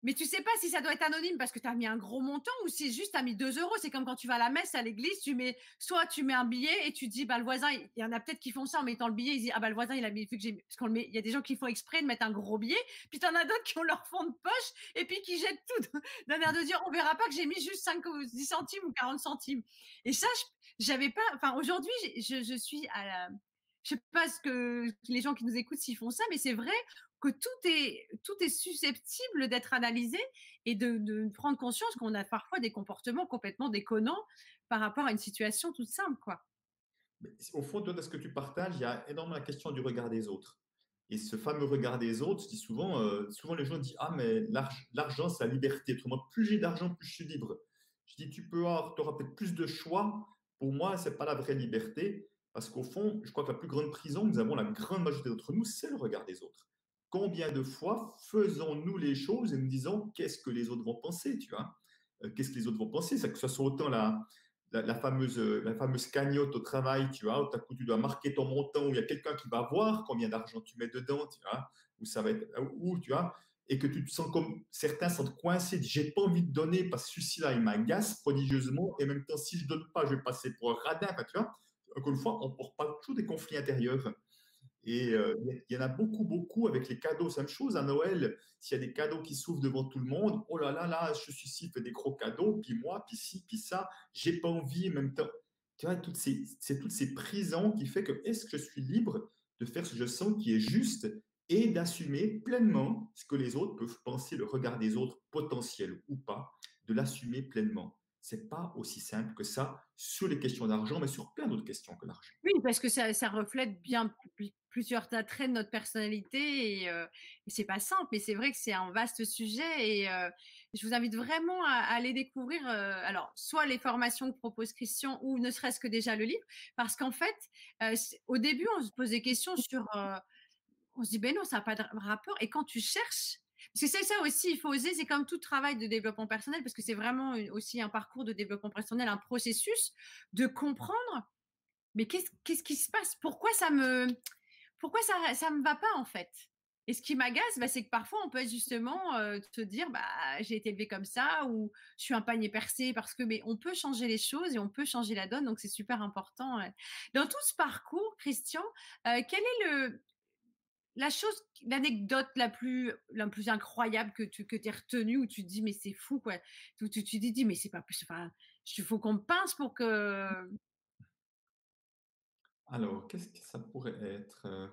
mais tu sais pas si ça doit être anonyme parce que tu as mis un gros montant ou si juste tu as mis deux euros. C'est comme quand tu vas à la messe, à l'église, tu mets, soit tu mets un billet et tu dis, bah, le voisin, il il y en a peut-être qui font ça en mettant le billet, ils disent, ah, bah, le voisin, il a mis, vu que j'ai, parce qu'on le met, il y a des gens qui font exprès de mettre un gros billet, puis tu en as d'autres qui ont leur fond de poche et puis qui jettent tout d'un air de dire, on verra pas que j'ai mis juste cinq ou dix centimes ou quarante centimes. Et ça, je- j'avais pas, enfin, aujourd'hui, je, je suis à la, je sais pas ce que les gens qui nous écoutent s'ils font ça, mais c'est vrai que tout est, tout est susceptible d'être analysé et de, de prendre conscience qu'on a parfois des comportements complètement déconnants par rapport à une situation toute simple, quoi. Mais au fond, toi, de ce que tu partages, il y a énormément la question du regard des autres. Et ce fameux regard des autres, je dis souvent, euh, souvent les gens disent, ah, mais l'arg- l'argent, c'est la liberté. Autrement, plus j'ai d'argent, plus je suis libre. Je dis, tu peux avoir, tu auras peut-être plus de choix. Pour moi, c'est pas la vraie liberté. Parce qu'au fond, je crois que la plus grande prison que nous avons, la grande majorité d'entre nous, c'est le regard des autres. Combien de fois faisons-nous les choses et nous disons, qu'est-ce que les autres vont penser, tu vois? Euh, Qu'est-ce que les autres vont penser? C'est que ce soit autant la, la, la, fameuse, la fameuse cagnotte au travail, tu vois, où tout à coup tu dois marquer ton montant, où il y a quelqu'un qui va voir combien d'argent tu mets dedans, tu vois, où ça va être, où, tu vois, et que tu te sens comme certains sont coincés, j'ai pas envie de donner parce que celui-là, il m'agace prodigieusement, et en même temps, si je donne pas, je vais passer pour un radin, enfin, tu vois. Encore une fois, on, on parle toujours des conflits intérieurs. Et euh, il y en a beaucoup, beaucoup avec les cadeaux. C'est la même chose à Noël. S'il y a des cadeaux qui s'ouvrent devant tout le monde, oh là là, là, je suis ici, fais des gros cadeaux, puis moi, puis ci, puis ça, j'ai pas envie en même temps. Tu vois, toutes ces, c'est toutes ces prisons qui fait que est-ce que je suis libre de faire ce que je sens qui est juste et d'assumer pleinement ce que les autres peuvent penser, le regard des autres, potentiel ou pas, de l'assumer pleinement. C'est pas aussi simple que ça sur les questions d'argent, mais sur plein d'autres questions que l'argent. Oui, parce que ça, ça reflète bien pl- plusieurs traits de notre personnalité et, euh, et c'est pas simple, mais c'est vrai que c'est un vaste sujet et euh, je vous invite vraiment à, à aller découvrir, euh, alors, soit les formations que propose Christian ou ne serait-ce que déjà le livre, parce qu'en fait, euh, c'est- au début, on se pose des questions sur, euh, on se dit, ben non, ça n'a pas de rapport. Et quand tu cherches, parce que c'est ça aussi, il faut oser, c'est comme tout travail de développement personnel, parce que c'est vraiment une- aussi un parcours de développement personnel, un processus de comprendre, mais qu'est-ce qu'est-ce qui se passe? Pourquoi ça me, pourquoi ça, ça me va pas en fait? Et ce qui m'agace, bah, c'est que parfois on peut justement euh, te dire, bah, j'ai été élevé comme ça, ou je suis un panier percé, parce que, mais on peut changer les choses et on peut changer la donne, donc c'est super important. Ouais. Dans tout ce parcours, Christian, euh, quel est le, la chose, l'anecdote la plus, la plus incroyable que tu que as retenue où tu te dis mais c'est fou quoi. Où tu, tu te dis mais c'est pas, enfin, il faut qu'on me pince pour que. Alors, qu'est-ce que ça pourrait être? euh,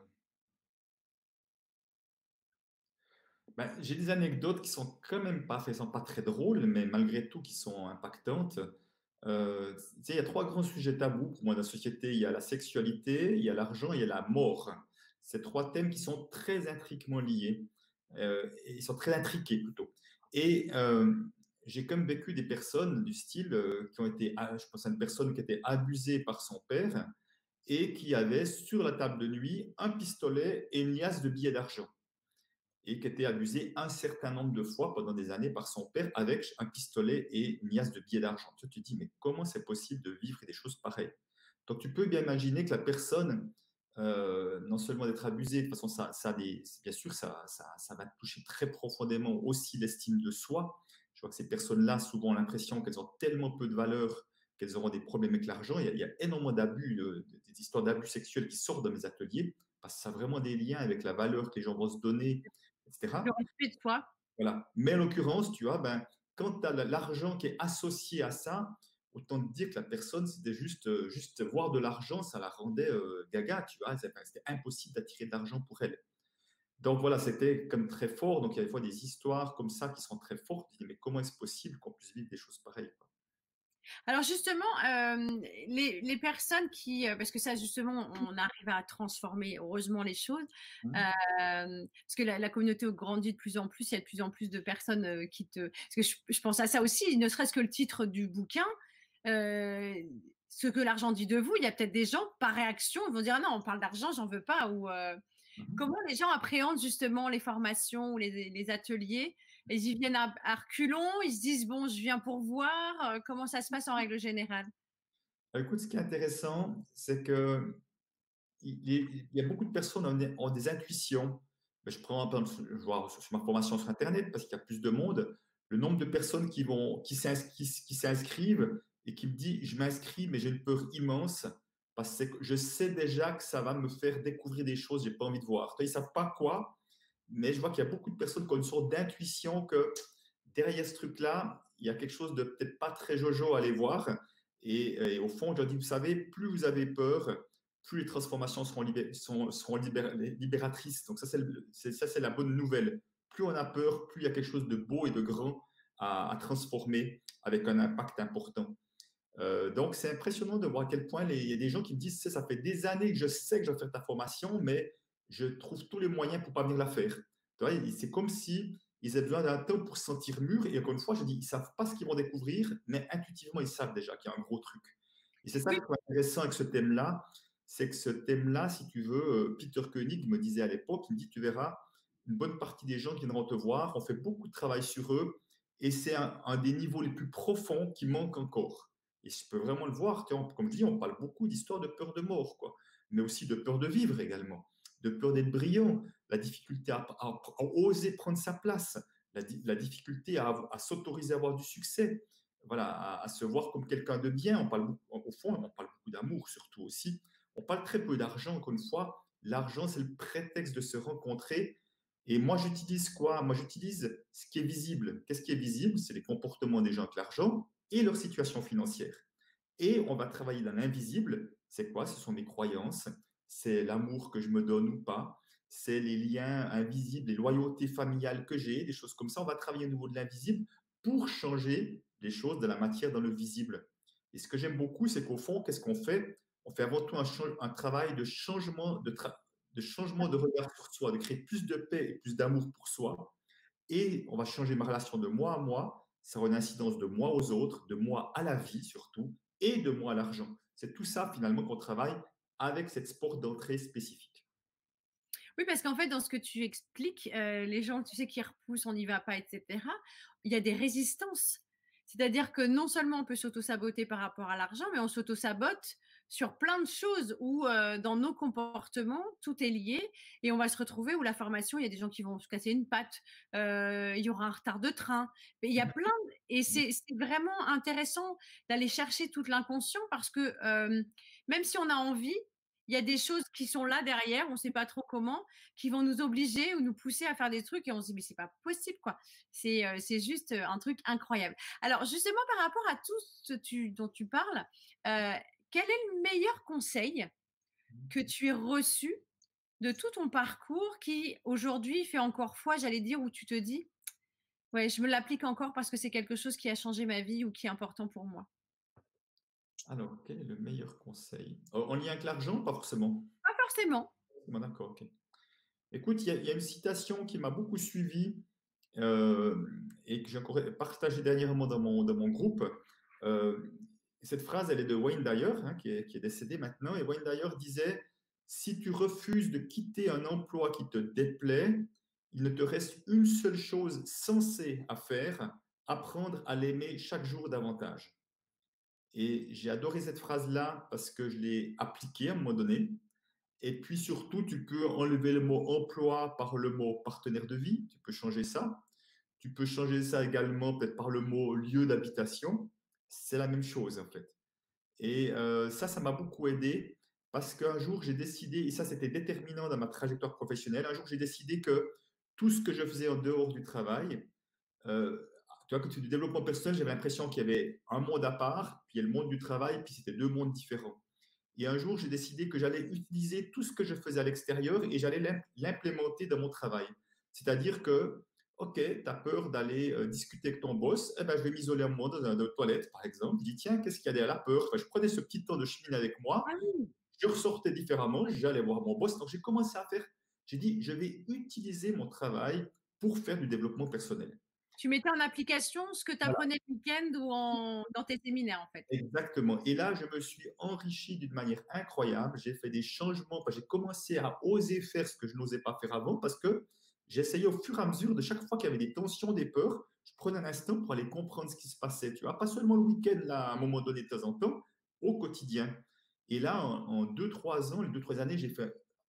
Ben, j'ai des anecdotes qui sont quand même pas, elles sont pas très drôles, mais malgré tout qui sont impactantes. Euh, tu sais, il y a trois grands sujets tabous pour moi dans la société. Il y a la sexualité, il y a l'argent et il y a la mort. Ces trois thèmes qui sont très intriquement liés. Euh, et ils sont très intriqués plutôt. Et euh, j'ai comme vécu des personnes du style euh, qui ont été, ah, je pense à une personne qui était abusée par son père et qui avait sur la table de nuit un pistolet et une liasse de billets d'argent et qui était abusé un certain nombre de fois pendant des années par son père avec un pistolet et une liasse de billets d'argent. Tu te dis, mais comment c'est possible de vivre des choses pareilles? Donc tu peux bien imaginer que la personne, euh, non seulement d'être abusée, de toute façon, ça, ça des, bien sûr, ça, ça, ça va toucher très profondément aussi l'estime de soi. Je vois que ces personnes-là, souvent, ont l'impression qu'elles ont tellement peu de valeur qu'elles auront des problèmes avec l'argent. Il y a, il y a énormément d'abus, de, des histoires d'abus sexuels qui sortent dans mes ateliers, parce que ça a vraiment des liens avec la valeur que les gens vont se donner, Le et cetera. respect de soi. Voilà. Mais en l'occurrence, tu vois, ben, quand tu as l'argent qui est associé à ça, autant te dire que la personne, c'était juste, euh, juste voir de l'argent, ça la rendait euh, gaga, tu vois. C'était c'était impossible d'attirer de l'argent pour elle. Donc voilà, c'était comme très fort. Donc il y a des fois des histoires comme ça qui sont très fortes. Tu dis, mais comment est-ce possible qu'on puisse vivre des choses pareilles, quoi? Alors justement, euh, les, les personnes qui, euh, parce que ça justement, on arrive à transformer heureusement les choses, euh, Hum. parce que la, la communauté grandit de plus en plus, il y a de plus en plus de personnes euh, qui te, parce que je, je pense à ça aussi, ne serait-ce que le titre du bouquin, euh, ce que l'argent dit de vous, il y a peut-être des gens par réaction vont dire ah non, on parle d'argent, j'en veux pas, ou euh, Mhm. comment les gens appréhendent justement les formations ou les, les ateliers? Ils y viennent à, à reculons, ils se disent bon, je viens pour voir. euh, Comment ça se passe en règle générale? Écoute, ce qui est intéressant, c'est que il, il y a beaucoup de personnes qui ont des, ont des intuitions. je prends par exemple, je vois sur ma formation sur Internet, parce qu'il y a plus de monde, le nombre de personnes qui, vont, qui s'ins- qui s- qui s'inscrivent et qui me disent, je m'inscris, mais j'ai une peur immense, parce que je sais déjà que ça va me faire découvrir des choses que j'ai pas envie de voir. Ils ne savent pas quoi, mais je vois qu'il y a beaucoup de personnes qui ont une sorte d'intuition que derrière ce truc-là, il y a quelque chose de peut-être pas très jojo à aller voir. Et, et au fond, je leur dis, vous savez, plus vous avez peur, plus les transformations seront, libé sont, seront libér libératrices. Donc ça, c'est ça, c'est la bonne nouvelle. Plus on a peur, plus il y a quelque chose de beau et de grand à, à transformer avec un impact important. Euh, donc, c'est impressionnant de voir à quel point les, il y a des gens qui me disent, ça fait des années que je sais que je vais faire ta formation, mais je trouve tous les moyens pour ne pas venir la faire. C'est comme si ils avaient besoin d'un temps pour se sentir mûrs. Et encore une fois, je dis, ils ne savent pas ce qu'ils vont découvrir, mais intuitivement, ils savent déjà qu'il y a un gros truc. Et c'est ça qui Oui, est intéressant avec ce thème-là, c'est que ce thème-là, si tu veux, euh, Peter Koenig me disait à l'époque, il me dit, tu verras, une bonne partie des gens qui viendront te voir, on fait beaucoup de travail sur eux, et c'est un, un des niveaux les plus profonds qui manque encore. Et je peux vraiment le voir, tu vois, comme je dis, on parle beaucoup d'histoire de peur de mort, quoi, mais aussi de peur de vivre également, de peur d'être brillant, la difficulté à, à, à oser prendre sa place, la, la difficulté à, à s'autoriser à avoir du succès, voilà, à, à se voir comme quelqu'un de bien. On parle, au fond, on parle beaucoup d'amour surtout aussi. On parle très peu d'argent, encore une fois. L'argent, c'est le prétexte de se rencontrer. Et moi, j'utilise quoi? Moi, j'utilise ce qui est visible. Qu'est-ce qui est visible? C'est les comportements des gens avec l'argent et leur situation financière. Et on va travailler dans l'invisible. C'est quoi? Ce sont mes croyances. C'est l'amour que je me donne ou pas. C'est les liens invisibles, les loyautés familiales que j'ai, des choses comme ça. On va travailler au niveau de l'invisible pour changer les choses de la matière dans le visible. Et ce que j'aime beaucoup, c'est qu'au fond, qu'est-ce qu'on fait? On fait avant tout un, un travail de changement de, de changement de regard sur soi, de créer plus de paix et plus d'amour pour soi. Et on va changer ma relation de moi à moi. Ça aura une incidence de moi aux autres, de moi à la vie surtout, et de moi à l'argent. C'est tout ça finalement qu'on travaille avec cette sport d'entrée spécifique. oui, parce qu'en fait, dans ce que tu expliques, euh, les gens, tu sais, qui repoussent, on n'y va pas, et cetera, il y a des résistances. C'est-à-dire que non seulement on peut s'auto-saboter par rapport à l'argent, mais on s'auto-sabote sur plein de choses où euh, dans nos comportements, tout est lié et on va se retrouver où la formation, il y a des gens qui vont se casser une patte, euh, il y aura un retard de train. Mais il y a plein de... Et c'est vraiment intéressant d'aller chercher toute l'inconscient parce que euh, même si on a envie, il y a des choses qui sont là derrière, on ne sait pas trop comment, qui vont nous obliger ou nous pousser à faire des trucs et on se dit mais c'est pas possible quoi. C'est euh, c'est juste un truc incroyable. Alors justement par rapport à tout ce tu, dont tu parles, euh, quel est le meilleur conseil que tu aies reçu de tout ton parcours qui aujourd'hui fait encore foi, j'allais dire, où tu te dis ouais je me l'applique encore parce que c'est quelque chose qui a changé ma vie ou qui est important pour moi. Alors, quel est le meilleur conseil? En lien avec l'argent, pas forcément. Pas forcément. Bon, d'accord, ok. Écoute, il y, y, a une citation qui m'a beaucoup suivi euh, et que j'ai encore partagée dernièrement dans mon, dans mon groupe. Euh, cette phrase, elle est de Wayne Dyer, hein, qui, est, qui est décédé maintenant. Et Wayne Dyer disait, si tu refuses de quitter un emploi qui te déplaît, il ne te reste une seule chose sensée à faire, apprendre à l'aimer chaque jour davantage. Et j'ai adoré cette phrase-là parce que je l'ai appliquée à un moment donné. Et puis surtout, tu peux enlever le mot emploi par le mot partenaire de vie. Tu peux changer ça. Tu peux changer ça également peut-être par le mot lieu d'habitation. C'est la même chose en fait. Et euh, ça, ça m'a beaucoup aidé parce qu'un jour, j'ai décidé, et ça c'était déterminant dans ma trajectoire professionnelle, un jour j'ai décidé que tout ce que je faisais en dehors du travail, euh, tu vois, quand tu fais du développement personnel, j'avais l'impression qu'il y avait un monde à part, puis il y a le monde du travail, puis c'était deux mondes différents. Et un jour, j'ai décidé que j'allais utiliser tout ce que je faisais à l'extérieur et j'allais l'implémenter dans mon travail. C'est-à-dire que, OK, tu as peur d'aller euh, discuter avec ton boss, eh ben, je vais m'isoler un moment dans une toilette, par exemple. Je dis, tiens, qu'est-ce qu'il y a derrière la peur? Enfin, je prenais ce petit temps de chemine avec moi, Ah oui. je ressortais différemment, j'allais voir mon boss. Donc, j'ai commencé à faire, j'ai dit, je vais utiliser mon travail pour faire du développement personnel. Tu mettais en application ce que tu apprenais le week-end ou en, dans tes séminaires, en fait. Exactement. Et là, je me suis enrichi d'une manière incroyable. J'ai fait des changements. J'ai commencé à oser faire ce que je n'osais pas faire avant parce que j'essayais au fur et à mesure de chaque fois qu'il y avait des tensions, des peurs, je prenais un instant pour aller comprendre ce qui se passait. Tu vois, pas seulement le week-end, là, à un moment donné, de temps en temps, au quotidien. Et là, en, en deux, trois ans, les deux, trois années, j'ai fait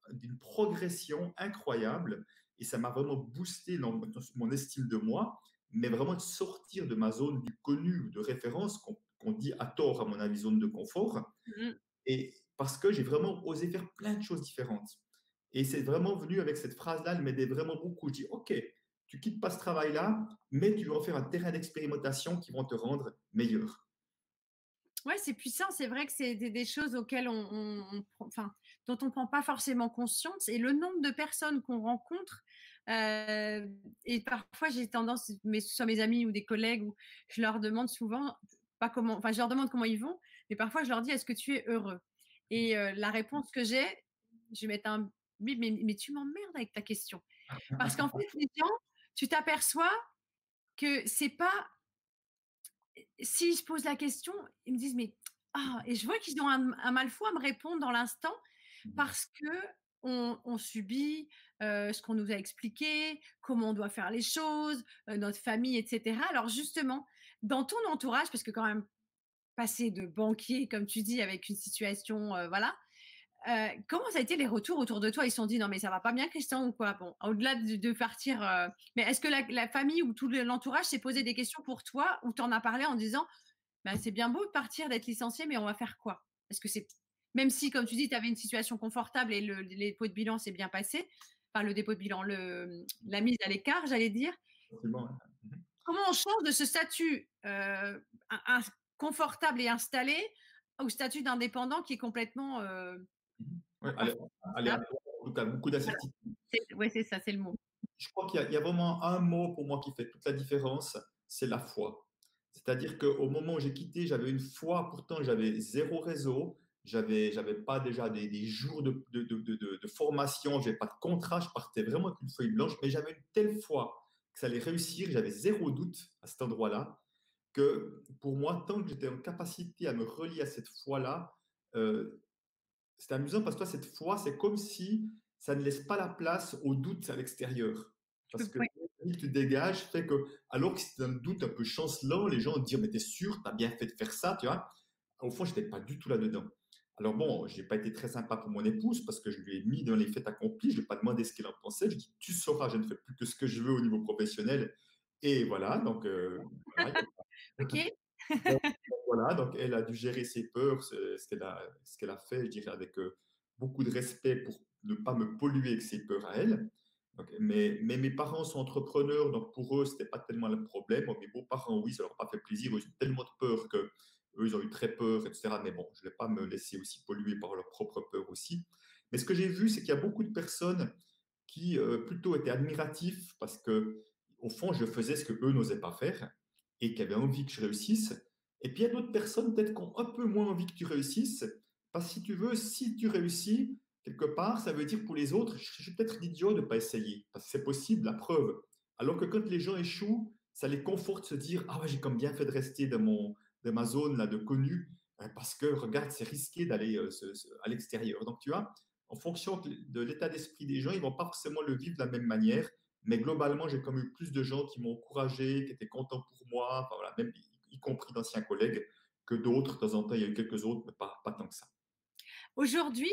d'une progression incroyable et ça m'a vraiment boosté dans, dans mon estime de moi, mais vraiment de sortir de ma zone du connu ou de référence qu'on qu'on dit à tort, à mon avis, zone de confort. Mmh. Et parce que j'ai vraiment osé faire plein de choses différentes. Et c'est vraiment venu avec cette phrase-là, elle m'aidait vraiment beaucoup. Je dis, OK, tu quittes pas ce travail-là, mais tu vas en faire un terrain d'expérimentation qui vont te rendre meilleur. Ouais, c'est puissant. C'est vrai que c'est des, des choses auxquelles on, on- on prend- enfin, dont on ne prend pas forcément conscience. Et le nombre de personnes qu'on rencontre, euh, et parfois j'ai tendance, mais ce soit mes amis ou des collègues, où je leur demande souvent, pas comment, enfin, je leur demande comment ils vont, mais parfois je leur dis, est-ce que tu es heureux? Et euh, la réponse que j'ai, je vais mettre un bip, mais, mais tu m'emmerdes avec ta question. Parce qu'en fait, les gens, tu t'aperçois que c'est pas si je pose la question, ils me disent: «Mais» ah et je vois qu'ils ont un un mal fou à me répondre dans l'instant parce qu'on on subit, heu, ce qu'on nous a expliqué, comment on doit faire les choses, heu, notre famille et cetera. Alors justement, dans ton entourage, parce que quand même passer de banquier, comme tu dis, avec une situation, heu, voilà, Heu, comment ça a été les retours autour de toi? Ils se sont dit: «Non mais ça va pas bien Christian ou quoi?» Bon, au-delà de de partir, heu, mais est-ce que la la famille ou tout le l'entourage s'est posé des questions pour toi ou tu en as parlé en disant: «Bah, c'est bien beau de partir, d'être licencié, mais on va faire quoi?» Est-ce que c'est même si comme tu dis, tu avais une situation confortable et le les dépôt de bilan s'est bien passé, enfin le dépôt de bilan, le, la mise à l'écart, j'allais dire. Forcément, hein. Mhm. Comment on change de ce statut, heu, in ins confortable et installé au statut d'indépendant qui est complètement, heu, Mhm. Ouais, alé- influençable? aléatoire, en tout cas, beaucoup Voilà, d'incertitudes. c'est ouais, c'est ça, c'est le mot. Je crois qu'il y, a il y a vraiment un mot pour moi qui fait toute la différence, c'est la foi. C'est-à-dire qu'au moment où j'ai quitté, j'avais une foi, pourtant j'avais zéro réseau, j'avais j'avais pas déjà des, des jours de, de, de, de, de formation, j'avais pas de contrat, je partais vraiment avec une feuille blanche, mais j'avais une telle foi que ça allait réussir, j'avais zéro doute à cet endroit-là, que pour moi, tant que j'étais en capacité à me relier à cette foi-là, euh, c'est amusant parce que toi, cette foi, c'est comme si ça ne laisse pas la place au doute à l'extérieur. Je Parce peux que ouais. l'énergie que tu dégages fait que, alors que c'est un doute un peu chancelant, les gens vont te dire, mais t'es sûr, t'as bien fait de faire ça, tu vois. Au fond, je n'étais pas du tout là-dedans. Alors bon, je n'ai pas été très sympa pour mon épouse parce que je lui ai mis dans les faits accomplis, je ne lui ai pas demandé ce qu'elle en pensait. Je dis, tu sauras, je ne fais plus que ce que je veux au niveau professionnel. Et voilà, donc euh, voilà, OK. donc, voilà, donc elle a dû gérer ses peurs, ce, ce qu'elle a, ce qu'elle a fait, je dirais, avec euh, beaucoup de respect pour ne pas me polluer avec ses peurs à elle. Donc, mais, mais mes parents sont entrepreneurs, donc pour eux, ce n'était pas tellement le problème. Bon, mes beaux-parents, oui, ça leur a pas fait plaisir. Ils ont eu tellement de peur que eux, ils ont eu très peur, et cetera. Mais bon, je ne vais pas me laisser aussi polluer par leur propre peur aussi. Mais ce que j'ai vu, c'est qu'il y a beaucoup de personnes qui euh, plutôt étaient admiratifs parce que, au fond, je faisais ce que eux n'osaient pas faire et qui avaient envie que je réussisse. Et puis il y a d'autres personnes peut-être qui ont un peu moins envie que tu réussisses, parce que si tu veux, si tu réussis quelque part, ça veut dire pour les autres, je suis peut-être idiot de ne pas essayer, parce que c'est possible, la preuve. Alors que quand les gens échouent, ça les conforte de se dire, ah ouais, j'ai comme bien fait de rester dans, mon, dans ma zone là de connu, parce que regarde, c'est risqué d'aller euh, à l'extérieur. Donc tu vois, en fonction de l'état d'esprit des gens, ils ne vont pas forcément le vivre de la même manière. Mais globalement, j'ai comme eu plus de gens qui m'ont encouragé, qui étaient contents pour moi, enfin, voilà, même y compris d'anciens collègues, que d'autres. De temps en temps, il y a eu quelques autres, mais pas, pas tant que ça. Aujourd'hui,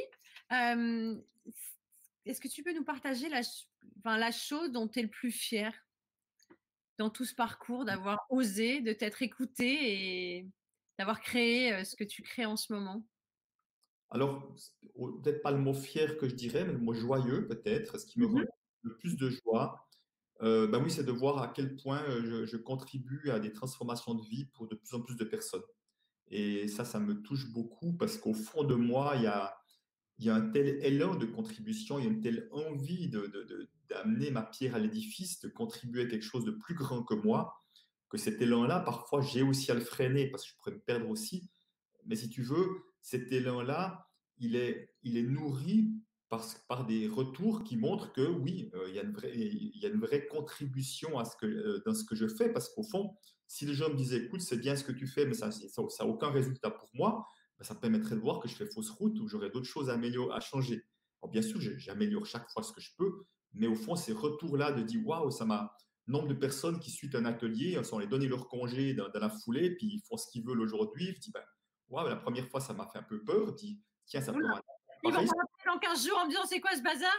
hem, est-ce que tu peux nous partager la ch enfin, la chose dont tu es le plus fier dans tout ce parcours, d'avoir osé, de t'être écouté et d'avoir créé, heu, ce que tu crées en ce moment? Alors, peut-être pas le mot fier que je dirais, mais le mot joyeux peut-être. Ce qui me Mmh rend mh. le plus de joie, euh, ben oui, c'est de voir à quel point euh, je, je contribue à des transformations de vie pour de plus en plus de personnes. Et ça, ça me touche beaucoup parce qu'au fond de moi, il y a, il y a un tel élan de contribution, il y a une telle envie de, de- de- d'amener ma pierre à l'édifice, de contribuer à quelque chose de plus grand que moi, que cet élan-là, parfois, j'ai aussi à le freiner parce que je pourrais me perdre aussi. Mais si tu veux, cet élan-là, il est, il est nourri par, par des retours qui montrent que oui, euh, il, y a une vraie, il y a une vraie contribution à ce que, euh, dans ce que je fais, parce qu'au fond, si les gens me disaient, écoute, c'est bien ce que tu fais, mais ça n'a aucun résultat pour moi, ben, ça me permettrait de voir que je fais fausse route ou j'aurais d'autres choses à améliorer, à changer. Alors, bien sûr, j'améliore chaque fois ce que je peux, mais au fond, ces retours-là de dire, waouh, ça m'a. Nombre de personnes qui suivent un atelier, on les donner leur congé dans, dans, la foulée, puis ils font ce qu'ils veulent aujourd'hui. Je dis, ben, waouh, la première fois, ça m'a fait un peu peur. Je dis, tiens, ça peut Ouh m'arriver. Ils vont pareil. me rappeler dans quinze jours en me disant: «C'est quoi ce bazar?»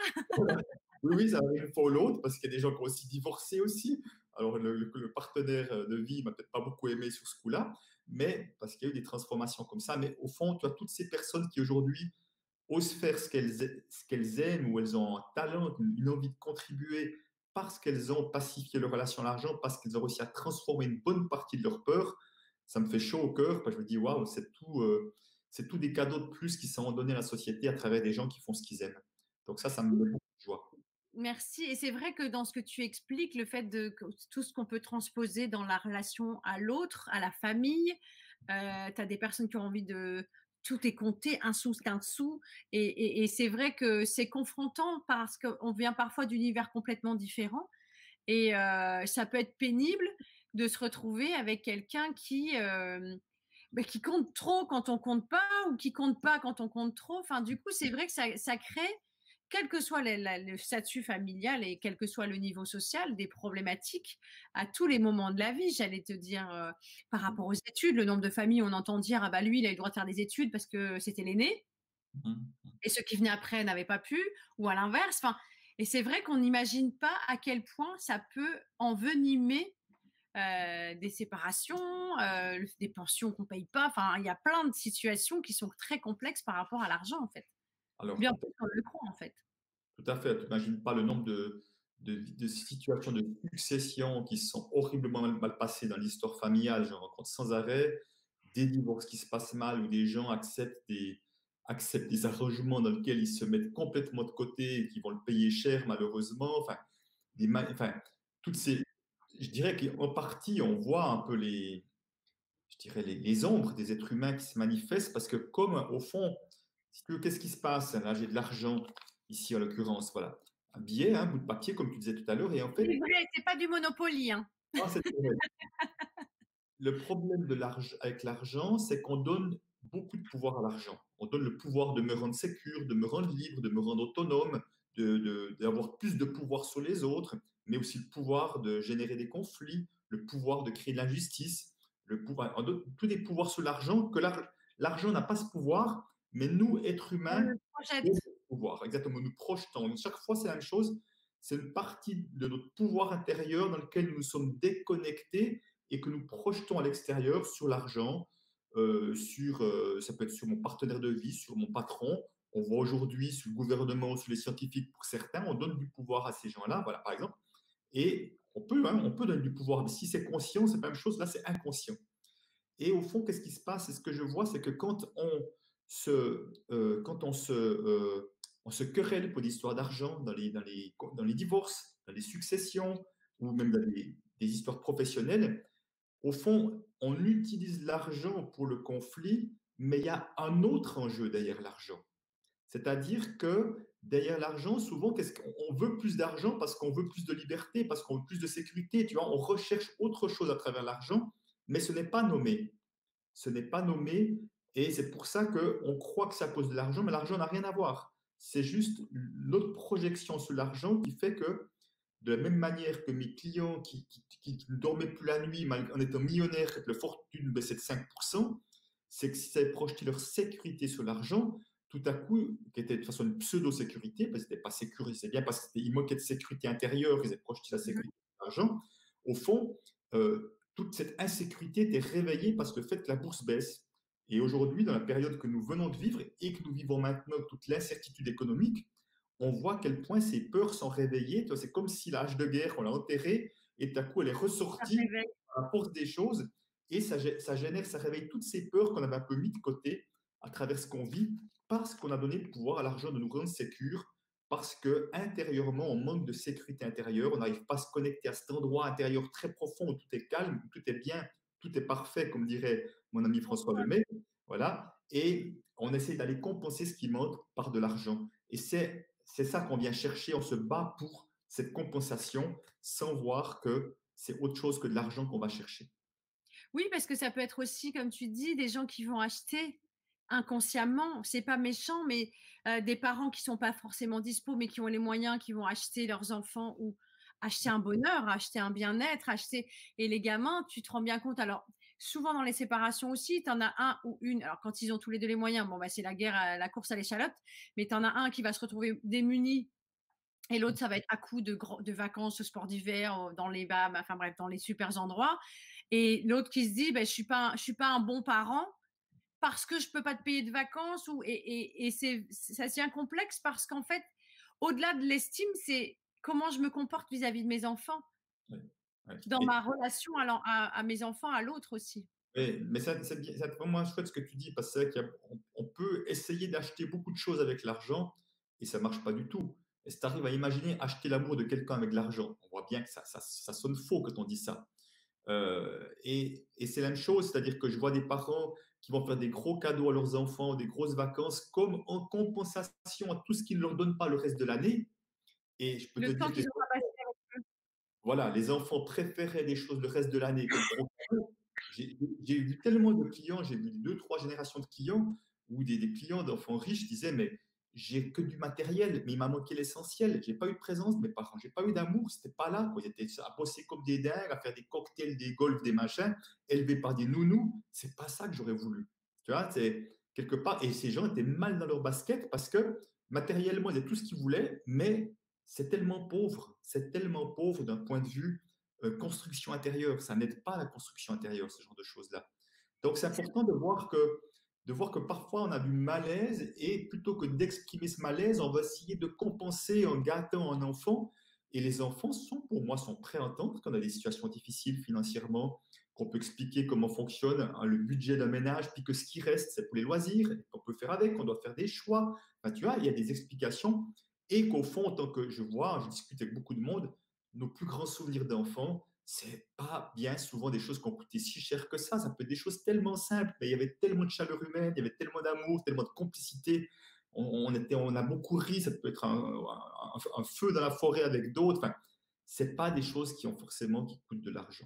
Oui, oui, ça arrive une fois ou l'autre parce qu'il y a des gens qui ont aussi divorcé aussi. Alors le, le- le partenaire euh, de vie m'a peut-être pas beaucoup aimé sur ce coup-là, mais parce qu'il y a eu des transformations comme ça. Mais au fond, tu as toutes ces personnes qui aujourd'hui osent faire ce qu'elles a- ce qu'elles aiment, ou elles ont un talent, une, une envie de contribuer parce qu'elles ont pacifié leur relation à l'argent, parce qu'elles ont réussi à transformer une bonne partie de leur peur. Ça me fait chaud au cœur parce que je me dis, waouh, c'est tout, euh, c'est tout des cadeaux de plus qui sont donnés à la société à travers des gens qui font ce qu'ils aiment. Donc ça, ça me met beaucoup de joie. Merci. Et c'est vrai que dans ce que tu expliques, le fait de que tout ce qu'on peut transposer dans la relation à l'autre, à la famille, euh, tu as des personnes qui ont envie de tout est compté, un sou, c'est un sou. Et, et- et c'est vrai que c'est confrontant parce qu'on vient parfois d'univers complètement différents. Et euh, ça peut être pénible de se retrouver avec quelqu'un qui, euh, bah, qui compte trop quand on compte pas ou qui compte pas quand on compte trop. Enfin, du coup, c'est vrai que ça, ça crée, quel que soit le, la- le statut familial et quel que soit le niveau social, des problématiques à tous les moments de la vie. J'allais te dire, euh, par rapport aux études, le nombre de familles, on entend dire, ah bah lui, il a eu le droit de faire des études parce que c'était l'aîné Mhm. et ceux qui venaient après n'avaient pas pu, ou à l'inverse. Enfin, et c'est vrai qu'on n'imagine pas à quel point ça peut envenimer euh, des séparations, euh, des pensions qu'on paye pas. Enfin, il y a plein de situations qui sont très complexes par rapport à l'argent, en fait. Alors, Bien plus qu'on le croit, en fait. tout à fait. Tu n'imagines pas le nombre de, de, de situations de succession qui se sont horriblement mal, mal passées dans l'histoire familiale. J'en rencontre sans arrêt. Des divorces qui se passent mal, où des gens acceptent des, acceptent des arrangements dans lesquels ils se mettent complètement de côté et qui vont le payer cher, malheureusement. Enfin, des, enfin toutes ces, je dirais qu'en partie, on voit un peu les, je dirais les, les ombres des êtres humains qui se manifestent parce que, comme au fond, qu'est-ce qui se passe? Là, j'ai de l'argent, ici en l'occurrence, voilà. Un billet, un bout de papier, comme tu disais tout à l'heure, et en fait, C'est vrai, c'est pas du Monopoly, hein. ah, c'est vrai. Le problème de l'argent, avec l'argent, c'est qu'on donne beaucoup de pouvoir à l'argent. On donne le pouvoir de me rendre sécure, de me rendre libre, de me rendre autonome, de, de- d'avoir plus de pouvoir sur les autres, mais aussi le pouvoir de générer des conflits, le pouvoir de créer de l'injustice, le pouvoir, on donne tous des pouvoirs sur l'argent, que l'ar- l'argent n'a pas ce pouvoir, mais nous, êtres On humains, le projette. on a ce pouvoir. Exactement, nous projetons. Chaque fois, c'est la même chose. C'est une partie de notre pouvoir intérieur dans lequel nous nous sommes déconnectés et que nous projetons à l'extérieur sur l'argent, euh, sur, euh, ça peut être sur mon partenaire de vie, sur mon patron. On voit aujourd'hui sur le gouvernement, sur les scientifiques, pour certains, on donne du pouvoir à ces gens-là, voilà, par exemple. Et on peut, hein, on peut donner du pouvoir, mais si c'est conscient, c'est la même chose, là, c'est inconscient. Et au fond, qu'est-ce qui se passe? Et ce que je vois, c'est que quand on se, euh, quand on se, euh, on se querelle pour des histoires d'argent dans les, dans, les, dans les divorces, dans les successions, ou même dans les, des histoires professionnelles, au fond, on utilise l'argent pour le conflit, mais il y a un autre enjeu derrière l'argent. C'est-à-dire que derrière l'argent, souvent, qu'est-ce qu'on veut plus d'argent parce qu'on veut plus de liberté, parce qu'on veut plus de sécurité. Tu vois, on recherche autre chose à travers l'argent, mais ce n'est pas nommé. Ce n'est pas nommé, et c'est pour ça qu'on croit que c'est à cause de l'argent, mais l'argent n'a rien à voir. C'est juste notre projection sur l'argent qui fait que, de la même manière que mes clients qui, qui, qui, qui ne dormaient plus la nuit en étant millionnaires, que leur fortune baissait de cinq pour cent, c'est que si ils avaient projeté leur sécurité sur l'argent, tout à coup, qui était de toute façon une pseudo-sécurité, parce qu'ils n'étaient pas sécurisés, c'est bien parce qu'ils moquaient de sécurité intérieure, ils avaient projeté la sécurité sur l'argent, au fond, euh, toute cette insécurité était réveillée parce que le fait que la bourse baisse. Et aujourd'hui, dans la période que nous venons de vivre et que nous vivons maintenant, toute l'incertitude économique, on voit à quel point ces peurs sont réveillées. C'est comme si l'âge de guerre, on l'a enterré et tout à coup, elle est Ça ressortie réveille. à la force des choses et ça, ça génère, ça réveille toutes ces peurs qu'on avait un peu mis de côté à travers ce qu'on vit parce qu'on a donné le pouvoir à l'argent de nous rendre sécures, parce que intérieurement, on manque de sécurité intérieure, on n'arrive pas à se connecter à cet endroit intérieur très profond où tout est calme, où tout est bien, tout est parfait, comme dirait mon ami François Lemay. Voilà. Et on essaie d'aller compenser ce qui manque par de l'argent. Et c'est, c'est ça qu'on vient chercher, on se bat pour cette compensation sans voir que c'est autre chose que de l'argent qu'on va chercher. Oui, parce que ça peut être aussi, comme tu dis, des gens qui vont acheter inconsciemment. C'est pas méchant, mais euh, des parents qui sont pas forcément dispo, mais qui ont les moyens, qui vont acheter leurs enfants ou acheter un bonheur, acheter un bien-être, acheter. Et les gamins, tu te rends bien compte. Alors, souvent dans les séparations aussi, tu en as un ou une, alors quand ils ont tous les deux les moyens, bon, bah, c'est la guerre, à- la course à l'échalote, mais tu en as un qui va se retrouver démuni et l'autre, ça va être à coup de, gros- de vacances, de sport d'hiver, euh, dans les Bahamas, enfin bref, dans les super endroits. Et l'autre qui se dit, ben, je suis pas, un- je suis pas un bon parent parce que je peux pas te payer de vacances. Ou, et et, et c'est, ça devient complexe parce qu'en fait, au-delà de l'estime, c'est comment je me comporte vis-à-vis de mes enfants, Ouais, ouais. dans Et ma relation à, l'en- à, à mes enfants, à l'autre aussi. oui, mais ça, c'est bien, c'est vraiment chouette ce que tu dis, parce que c'est vrai qu'on on peut essayer d'acheter beaucoup de choses avec l'argent et ça marche pas du tout. Et si tu arrives à imaginer acheter l'amour de quelqu'un avec de l'argent, on voit bien que ça, ça, ça sonne faux quand on dit ça. Euh, et et c'est la même chose, c'est-à-dire que je vois des parents qui vont faire des gros cadeaux à leurs enfants, des grosses vacances, comme en compensation à tout ce qu'ils ne leur donnent pas le reste de l'année. Et je peux te Le temps dire que les qu'ils ont pas passé. voilà, les enfants préféraient des choses le reste de l'année comme gros cadeau. J'ai j'ai vu tellement de clients, j'ai vu deux, trois générations de clients où des, des clients d'enfants riches disaient, mais j'ai que du matériel, mais il m'a manqué l'essentiel. J'ai pas eu de présence de mes parents, j'ai pas eu d'amour, c'était pas là, quoi. Ils étaient à bosser comme des dingues, à faire des cocktails, des golfs, des machins, élevés par des nounous. C'est pas ça que j'aurais voulu. Tu vois, c'est quelque part. Et ces gens étaient mal dans leur basket parce que matériellement, ils avaient tout ce qu'ils voulaient, mais c'est tellement pauvre, c'est tellement pauvre d'un point de vue euh, construction intérieure. Ça n'aide pas à la construction intérieure, ce genre de choses-là. Donc, c'est important de voir que, de voir que parfois on a du malaise et plutôt que d'exprimer ce malaise, on va essayer de compenser en gâtant un enfant. Et les enfants sont, pour moi, sont prêts à entendre quand on a des situations difficiles financièrement, qu'on peut expliquer comment fonctionne hein, le budget d'un ménage, puis que ce qui reste, c'est pour les loisirs, qu'on peut faire avec, qu'on doit faire des choix. Enfin, tu vois, il y a des explications et qu'au fond, en tant que je vois, je discute avec beaucoup de monde, nos plus grands souvenirs d'enfants, c'est pas bien souvent des choses qui ont coûté si cher que ça. Ça peut être des choses tellement simples, mais il y avait tellement de chaleur humaine, il y avait tellement d'amour, tellement de complicité. On, on était, on a beaucoup ri. Ça peut être un, un, un feu dans la forêt avec d'autres. Enfin, c'est pas des choses qui ont forcément qui coûtent de l'argent.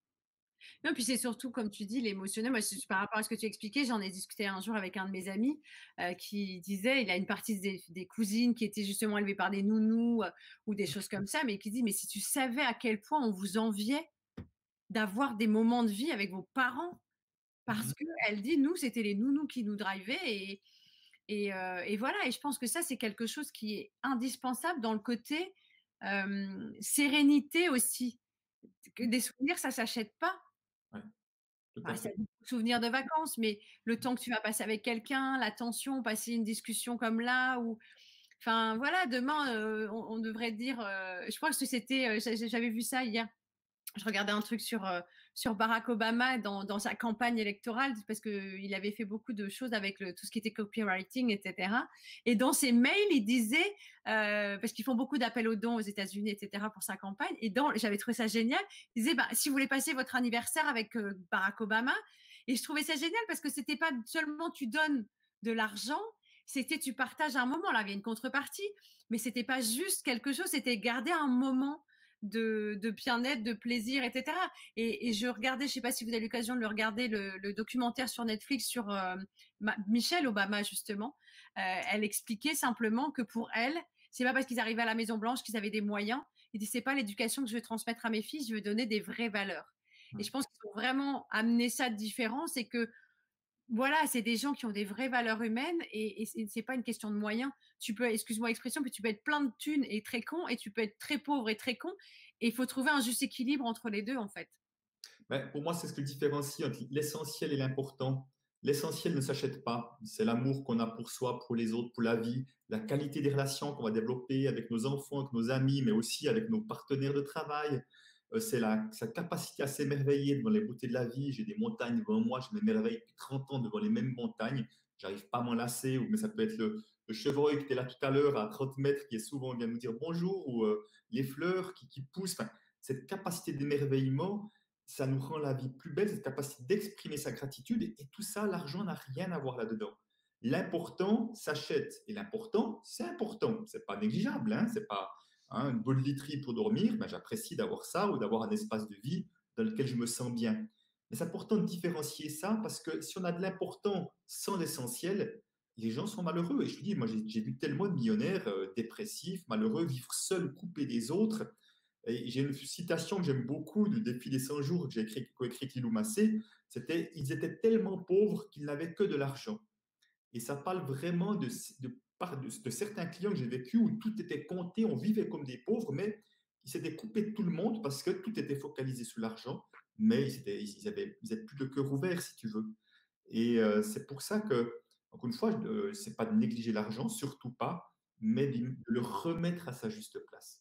Non, puis c'est surtout, comme tu dis, l'émotionnel. Moi, c'est- par rapport à ce que tu expliquais, j'en ai discuté un jour avec un de mes amis euh, qui disait, il a une partie des, des cousines qui étaient justement élevées par des nounous euh, ou des choses comme ça, mais qui dit, mais si tu savais à quel point on vous enviait d'avoir des moments de vie avec vos parents, parce Mhm. que elle dit, nous, c'était les nounous qui nous drivaient et, et, euh, et voilà. Et je pense que ça, c'est quelque chose qui est indispensable dans le côté euh, sérénité aussi. Que des souvenirs, ça s'achète pas. Ouais, tout à Bah, ça fait. souvenir de vacances, mais le temps que tu vas passer avec quelqu'un, l'attention, passer une discussion comme là, ou enfin voilà, demain euh, on, on devrait dire, euh, je crois que c'était, euh, j'a- j'avais vu ça hier, je regardais un truc sur, euh, sur Barack Obama dans, dans sa campagne électorale, parce qu'il avait fait beaucoup de choses avec le, tout ce qui était copywriting, et cetera. Et dans ses mails, il disait, euh, parce qu'ils font beaucoup d'appels aux dons aux États-Unis, et cetera, pour sa campagne, et dans, j'avais trouvé ça génial, il disait, bah, si vous voulez passer votre anniversaire avec euh, Barack Obama, et je trouvais ça génial parce que c'était pas seulement tu donnes de l'argent, c'était tu partages un moment, là, il y a une contrepartie, mais c'était pas juste quelque chose, c'était garder un moment de, de bien-être, de plaisir, et cetera. Et, et je regardais, je ne sais pas si vous avez l'occasion de le regarder, le, le documentaire sur Netflix sur euh, Ma- Michelle Obama, justement. Euh, elle expliquait simplement que pour elle, c'est pas parce qu'ils arrivaient à la Maison Blanche qu'ils avaient des moyens. Il dit, c'est pas l'éducation que je vais transmettre à mes filles, je veux donner des vraies valeurs. Et je pense qu'il faut vraiment amener ça de différent, c'est que voilà, c'est des gens qui ont des vraies valeurs humaines et, et c'est c'est pas une question de moyens. Tu peux, excuse-moi l'expression, mais tu peux être plein de thunes et très con et tu peux être très pauvre et très con. Et il faut trouver un juste équilibre entre les deux, en fait. Ben, pour moi, c'est ce que différencie entre l'essentiel et l'important. L'essentiel ne s'achète pas. C'est l'amour qu'on a pour soi, pour les autres, pour la vie, la qualité des relations qu'on va développer avec nos enfants, avec nos amis, mais aussi avec nos partenaires de travail. Euh, c'est la, sa capacité à s'émerveiller devant les beautés de la vie. J'ai des montagnes devant moi, je m'émerveille depuis trente ans devant les mêmes montagnes. J'arrive pas à m'en lasser, ou, mais ça peut être le, le chevreuil qui était là tout à l'heure à trente mètres, qui est souvent vient nous dire bonjour, ou euh, les fleurs qui, qui poussent. Enfin, cette capacité d'émerveillement, ça nous rend la vie plus belle, cette capacité d'exprimer sa gratitude. Et, et tout ça, l'argent n'a rien à voir là-dedans. L'important s'achète. Et l'important, c'est important. C'est pas négligeable. Hein, c'est pas hein, une bonne literie pour dormir. Ben, j'apprécie d'avoir ça ou d'avoir un espace de vie dans lequel je me sens bien. Mais c'est important de différencier ça parce que si on a de l'important sans l'essentiel, les gens sont malheureux. Et je te dis, moi, j'ai, j'ai vu tellement de millionnaires euh, dépressifs, malheureux, vivre seuls, coupés des autres Et j'ai une citation que j'aime beaucoup du défi des cent jours que j'ai écrit, coécrit Lilou Massé. C'était: ils étaient tellement pauvres qu'ils n'avaient que de l'argent. Et ça parle vraiment de, de, de, de certains clients que j'ai vécu où tout était compté, on vivait comme des pauvres, mais ils s'étaient coupés de tout le monde parce que tout était focalisé sur l'argent, mais ils, étaient, ils, avaient, ils avaient plus de cœur ouvert, si tu veux. Et euh, c'est pour ça que, encore une fois, euh, c'est pas de négliger l'argent, surtout pas, mais de le remettre à sa juste place.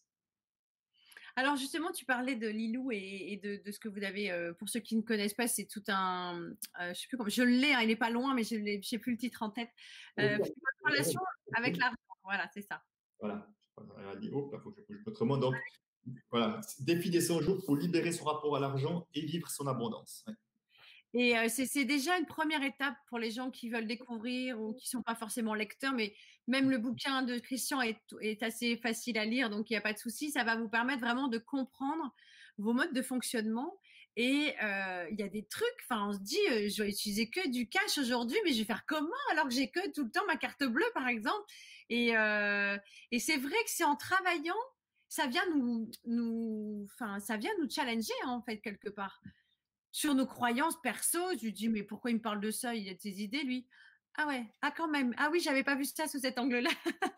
Alors justement, tu parlais de Lilou et, et de, de, ce que vous avez, euh, pour ceux qui ne connaissent pas, c'est tout un, euh, je sais plus comment, je l'ai, hein, il n'est pas loin, mais je n'ai plus le titre en tête. Euh, votre relation avec l'argent, voilà, c'est ça. Voilà, elle a dit, oh, il faut que je bouge autrement. Donc, voilà, défi des cent jours pour libérer son rapport à l'argent et vivre son abondance. Ouais. Et euh, c'est déjà une première étape pour les gens qui veulent découvrir ou qui ne sont pas forcément lecteurs, mais même le bouquin de Christian est, est assez facile à lire, donc il n'y a pas de souci. Ça va vous permettre vraiment de comprendre vos modes de fonctionnement. Et euh, il y a des trucs, enfin on se dit, euh, je vais utiliser que du cash aujourd'hui, mais je vais faire comment alors que j'ai que tout le temps ma carte bleue, par exemple. Et, euh, et c'est vrai que c'est en travaillant, ça vient nous, nous, enfin ça vient nous challenger hein, en fait quelque part. Sur nos croyances perso, je lui dis mais pourquoi il me parle de ça? Il a de ses idées lui. Ah ouais, ah quand même. Ah oui, j'avais pas vu ça sous cet angle-là.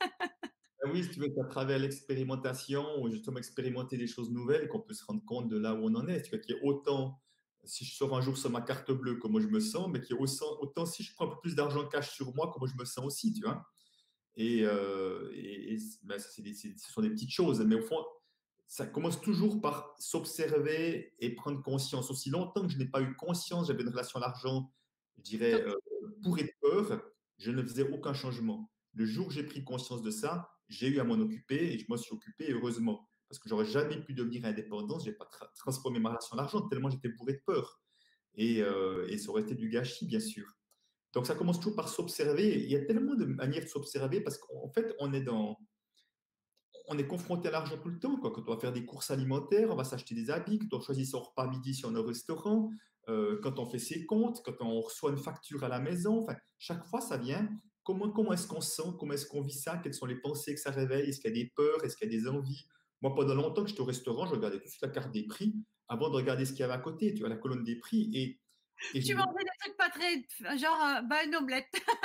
Ah oui, si tu veux, c'est à travers l'expérimentation ou justement expérimenter des choses nouvelles qu'on peut se rendre compte de là où on en est. Tu vois, qu'il y a autant, si je sors un jour sur ma carte bleue, comment je me sens, mais qu'il y a autant, autant si je prends un peu plus d'argent cash sur moi, comment je me sens aussi, tu vois. Et, euh, et, et ben, ça, des, ce sont des petites choses, mais au fond, ça commence toujours par s'observer et prendre conscience. Aussi longtemps que je n'ai pas eu conscience, j'avais une relation à l'argent, je dirais, euh, pour et peur, je ne faisais aucun changement. Le jour où j'ai pris conscience de ça, j'ai eu à m'en occuper et je m'en suis occupé, heureusement. Parce que j'aurais jamais pu devenir indépendant, je n'ai pas tra transformé ma relation à l'argent tellement j'étais bourré de peur. Et, euh, et ça aurait été du gâchis, bien sûr. Donc ça commence toujours par s'observer. Il y a tellement de manières de s'observer parce qu'en fait, on est dans, on est confronté à l'argent tout le temps. Quoi. Quand on va faire des courses alimentaires, on va s'acheter des habits, quand on choisit son repas midi si on est au restaurant, euh, quand on fait ses comptes, quand on reçoit une facture à la maison. Enfin, chaque fois, ça vient. Comment, comment est-ce qu'on se sent? Comment est-ce qu'on vit ça? Quelles sont les pensées que ça réveille? Est-ce qu'il y a des peurs? Est-ce qu'il y a des envies? Moi, pendant longtemps que j'étais au restaurant, je regardais tout de suite la carte des prix avant de regarder ce qu'il y avait à côté, tu vois, la colonne des prix. Et, et tu je... mangeais des trucs pas très, genre euh, bah, une omelette.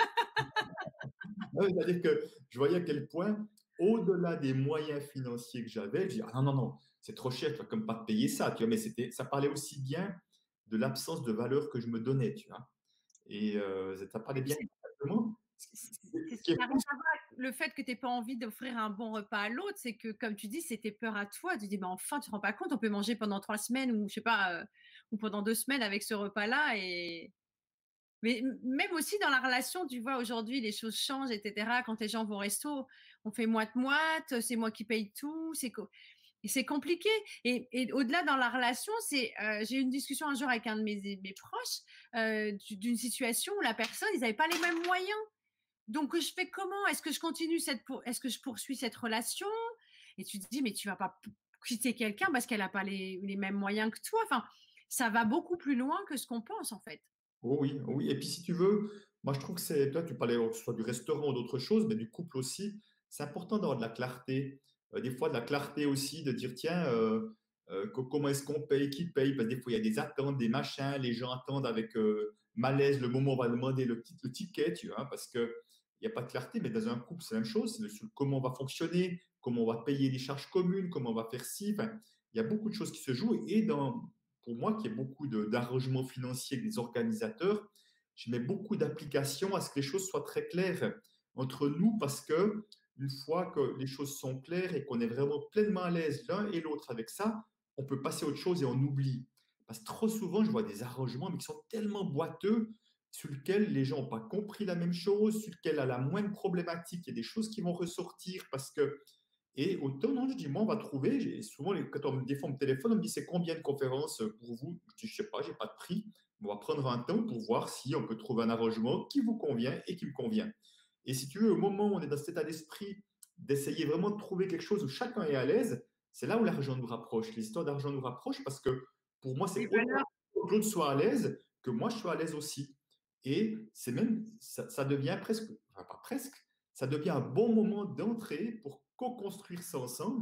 Ouais, c'est-à-dire que je voyais à quel point, au-delà des moyens financiers que j'avais, je dis, ah non, non, non, c'est trop cher, tu vas comme pas payer ça, tu vois, mais c'était, ça parlait aussi bien de l'absence de valeur que je me donnais, tu vois. Et euh, ça parlait bien exactement. C'est ce qui n'a rien à voir avec le fait que tu n'aies pas envie d'offrir un bon repas à l'autre, c'est que, comme tu dis, c'était peur à toi. Tu dis, mais enfin, tu ne te rends pas compte, on peut manger pendant trois semaines ou, je sais pas, euh, ou pendant deux semaines avec ce repas-là. Et... Mais même aussi dans la relation, tu vois, aujourd'hui, les choses changent, et cetera. Quand les gens vont au resto, on fait moite-moite, c'est moi qui paye tout, c'est co et c'est compliqué. Et, et au-delà dans la relation, c'est, euh, j'ai eu une discussion un jour avec un de mes, mes proches euh, d'une situation où la personne, ils n'avaient pas les mêmes moyens. Donc, je fais comment? Est-ce que je continue cette, est-ce que je poursuis cette relation? Et tu te dis, mais tu vas pas quitter quelqu'un parce qu'elle n'a pas les, les mêmes moyens que toi. Enfin, ça va beaucoup plus loin que ce qu'on pense, en fait. Oh oui, oh oui. Et puis si tu veux, moi je trouve que c'est, toi tu parlais que ce soit du restaurant ou d'autre chose, mais du couple aussi, c'est important d'avoir de la clarté. Euh, des fois de la clarté aussi, de dire tiens, euh, euh, co- comment est-ce qu'on paye, qui paye, parce que des fois il y a des attentes, des machins, les gens attendent avec euh, malaise le moment où on va demander le, le ticket, tu vois, parce que il n'y a pas de clarté, mais dans un couple c'est la même chose, c'est sur comment on va fonctionner, comment on va payer les charges communes, comment on va faire ci, enfin, il y a beaucoup de choses qui se jouent et dans pour moi, qui est beaucoup d'arrangements financiers avec des organisateurs, je mets beaucoup d'applications à ce que les choses soient très claires entre nous parce que une fois que les choses sont claires et qu'on est vraiment pleinement à l'aise l'un et l'autre avec ça, on peut passer à autre chose et on oublie. Parce que trop souvent, je vois des arrangements mais qui sont tellement boiteux sur lesquels les gens n'ont pas compris la même chose, sur lesquels à la moindre problématique, il y a des choses qui vont ressortir parce que et autant, non, je dis, moi, on va trouver. Souvent, les, quand on me défend mon téléphone, on me dit, c'est combien de conférences pour vous? Je dis, je sais pas, j'ai pas de prix. On va prendre un temps pour voir si on peut trouver un arrangement qui vous convient et qui me convient. Et si tu veux, au moment où on est dans cet état d'esprit d'essayer vraiment de trouver quelque chose où chacun est à l'aise, c'est là où l'argent nous rapproche. L'histoire d'argent nous rapproche parce que pour moi, c'est autant que l'autre soit à l'aise que moi, je sois à l'aise aussi. Et c'est même, ça, ça devient presque, enfin pas presque, ça devient un bon moment d'entrée pour co-construire ça ensemble,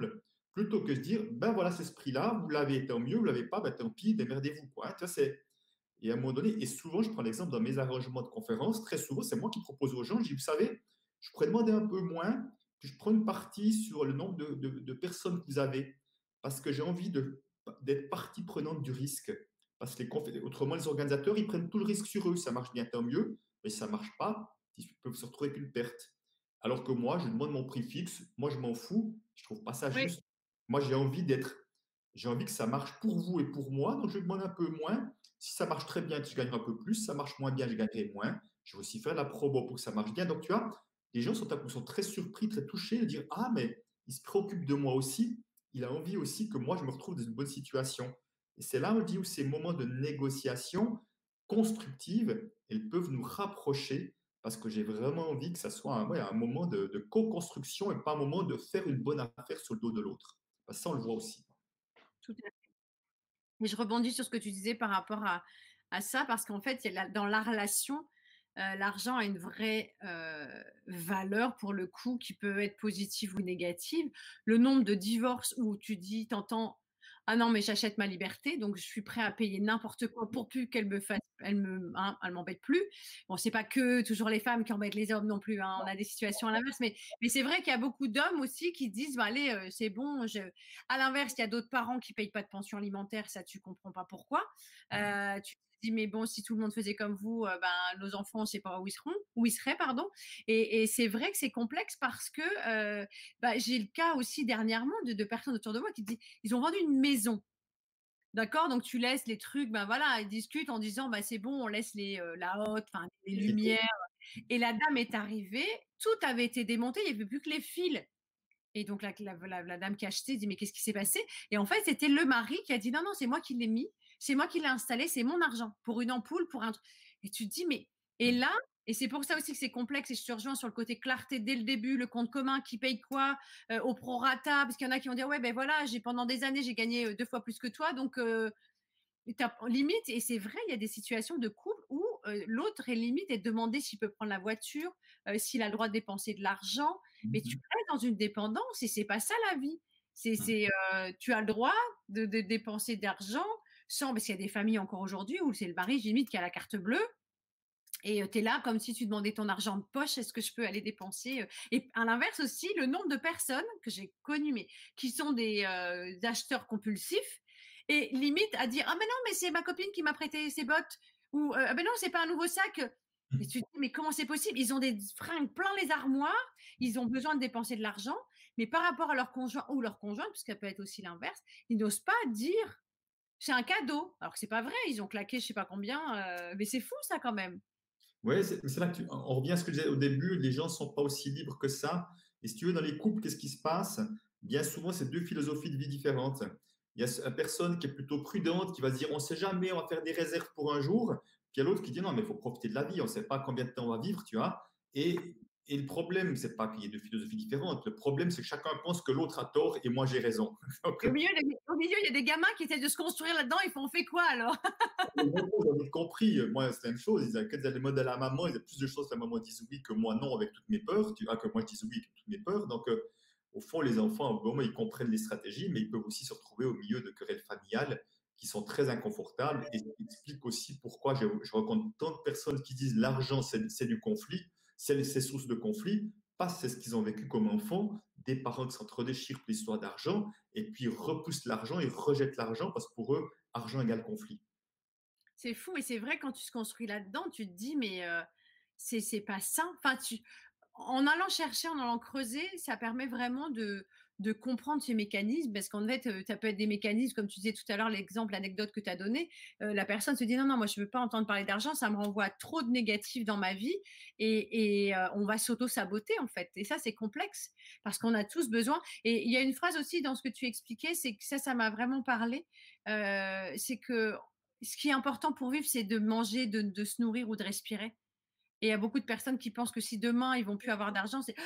plutôt que de dire, ben voilà, c'est ce prix-là, vous l'avez, tant mieux, vous l'avez pas, ben tant pis, démerdez-vous, quoi. Hein. Tu vois, c'est, et à un moment donné, et souvent, je prends l'exemple dans mes arrangements de conférences, très souvent, c'est moi qui propose aux gens, je dis, vous savez, je pourrais demander un peu moins, que je prends une partie sur le nombre de, de- de personnes que vous avez, parce que j'ai envie de, d'être partie prenante du risque. Parce que les confé- autrement, les organisateurs, ils prennent tout le risque sur eux. Ça marche bien, tant mieux, mais si ça ne marche pas, ils peuvent se retrouver avec une perte. Alors que moi, je demande mon prix fixe, moi, je m'en fous, je ne trouve pas ça Oui, juste. Moi, j'ai envie d'être, j'ai envie que ça marche pour vous et pour moi, donc je demande un peu moins. Si ça marche très bien, je gagnerai un peu plus. Si ça marche moins bien, je gagnerai moins. Je vais aussi faire la promo pour que ça marche bien. Donc, tu vois, les gens sont, sont très surpris, très touchés de dire, ah, mais il se préoccupe de moi aussi. Il a envie aussi que moi, je me retrouve dans une bonne situation. Et c'est là, on dit, où ces moments de négociation constructive, elles peuvent nous rapprocher parce que j'ai vraiment envie que ça soit un, ouais, un moment de, de co-construction et pas un moment de faire une bonne affaire sur le dos de l'autre. Bah, ça, on le voit aussi. tout à fait. Et je rebondis sur ce que tu disais par rapport à, à ça, parce qu'en fait, il y a la- dans la relation, euh, l'argent a une vraie euh, valeur pour le coup qui peut être positive ou négative. Le nombre de divorces où tu dis, t'entends, ah non, mais j'achète ma liberté, donc je suis prêt à payer n'importe quoi pour plus qu'elle me fasse, elle me, hein, elle m'embête plus. Bon, c'est pas que toujours les femmes qui embêtent les hommes non plus, hein, on a des situations à l'inverse, mais, mais c'est vrai qu'il y a beaucoup d'hommes aussi qui disent, bah, allez, euh, c'est bon. Je... À l'inverse, il y a d'autres parents qui payent pas de pension alimentaire, ça tu comprends pas pourquoi. Euh, tu te dis, mais bon, si tout le monde faisait comme vous, euh, ben, nos enfants, on ne sait pas où ils seront, où ils seraient, pardon. Et, et c'est vrai que c'est complexe parce que euh, bah, j'ai le cas aussi dernièrement de, de personnes autour de moi qui disent, ils ont vendu une maison. D'accord, donc tu laisses les trucs, ben voilà, ils discutent en disant, bah c'est bon, on laisse les, euh, la haute, enfin les lumières. Et la dame est arrivée, tout avait été démonté, il n'y avait plus que les fils. Et donc la, la, la, la dame qui a acheté dit, mais qu'est-ce qui s'est passé? Et en fait, c'était le mari qui a dit, non, non, c'est moi qui l'ai mis, c'est moi qui l'ai installé, c'est mon argent pour une ampoule, pour un truc. Et tu te dis, mais, et là, et c'est pour ça aussi que c'est complexe, et je te rejoins sur le côté clarté dès le début, le compte commun, qui paye quoi, euh, au prorata, parce qu'il y en a qui vont dire, ouais, ben voilà, j'ai pendant des années, j'ai gagné euh, deux fois plus que toi, donc euh, limite, et c'est vrai, il y a des situations de couple où euh, l'autre est limite est demandé s'il peut prendre la voiture, euh, s'il a le droit de dépenser de l'argent, mais tu restes dans une dépendance et c'est pas ça la vie. C'est, c'est, euh, tu as le droit de, de dépenser d'argent sans, parce qu'il y a des familles encore aujourd'hui où c'est le mari limite qui a la carte bleue. Et tu es là comme si tu demandais ton argent de poche, est-ce que je peux aller dépenser? Et à l'inverse aussi, le nombre de personnes que j'ai connues, mais qui sont des euh, acheteurs compulsifs, et limite à dire, ah mais non, mais c'est ma copine qui m'a prêté ses bottes, ou euh, ah ben non, c'est pas un nouveau sac. Et tu te dis, mais comment c'est possible? Ils ont des fringues plein les armoires, ils ont besoin de dépenser de l'argent, mais par rapport à leur conjoint ou leur conjointe, parce que ça peut être aussi l'inverse, ils n'osent pas dire, c'est un cadeau. Alors que c'est pas vrai, ils ont claqué je sais pas combien, euh, mais c'est fou ça quand même. Oui, c'est c'est là que tu, on revient à ce que je disais au début, les gens ne sont pas aussi libres que ça. Et si tu veux, dans les couples, qu'est-ce qui se passe? Bien souvent, c'est deux philosophies de vie différentes. Il y a une personne qui est plutôt prudente, qui va se dire, on ne sait jamais, on va faire des réserves pour un jour. Puis il y a l'autre qui dit, non, mais il faut profiter de la vie, on ne sait pas combien de temps on va vivre, tu vois. Et, et le problème, c'est pas qu'il y ait deux philosophies différentes. Le problème, c'est que chacun pense que l'autre a tort et moi, j'ai raison. Donc, Et au milieu, il y a- au milieu, il y a des gamins qui essaient de se construire là-dedans. Ils font, on fait quoi alors? les enfants, j'avais compris. Moi, c'est la même chose. Ils avaient, quand ils avaient le modèle à la maman, ils avaient plus de choses que la maman dise oui que moi non avec toutes mes peurs. Tu vois, que moi je dise oui avec toutes mes peurs. Donc, euh, au fond, les enfants, au moment, ils comprennent les stratégies, mais ils peuvent aussi se retrouver au milieu de querelles familiales qui sont très inconfortables et qui expliquent aussi pourquoi je, je rencontre tant de personnes qui disent l'argent, c'est c'est du conflit, c'est c'est source de conflit, parce que c'est ce qu'ils ont vécu comme enfants, des parents qui s'entre-déchirent pour l'histoire d'argent et puis repoussent l'argent et rejettent l'argent parce que pour eux, argent égale conflit. C'est fou, et c'est vrai, quand tu te construis là-dedans, tu te dis, mais euh, c'est c'est pas sain. Enfin, tu, en allant chercher, en allant creuser, ça permet vraiment de, de comprendre ces mécanismes, parce qu'en fait, euh, ça peut être des mécanismes, comme tu disais tout à l'heure, l'exemple, l'anecdote que tu as donné, euh, la personne se dit, non, non, moi, je ne veux pas entendre parler d'argent, ça me renvoie à trop de négatifs dans ma vie, et, et euh, on va s'auto-saboter, en fait. Et ça, c'est complexe, parce qu'on a tous besoin. Et il y a une phrase aussi dans ce que tu expliquais, c'est que ça, ça m'a vraiment parlé, euh, c'est que ce qui est important pour vivre, c'est de manger, de, de se nourrir ou de respirer. Et il y a beaucoup de personnes qui pensent que si demain ils vont plus avoir d'argent, c'est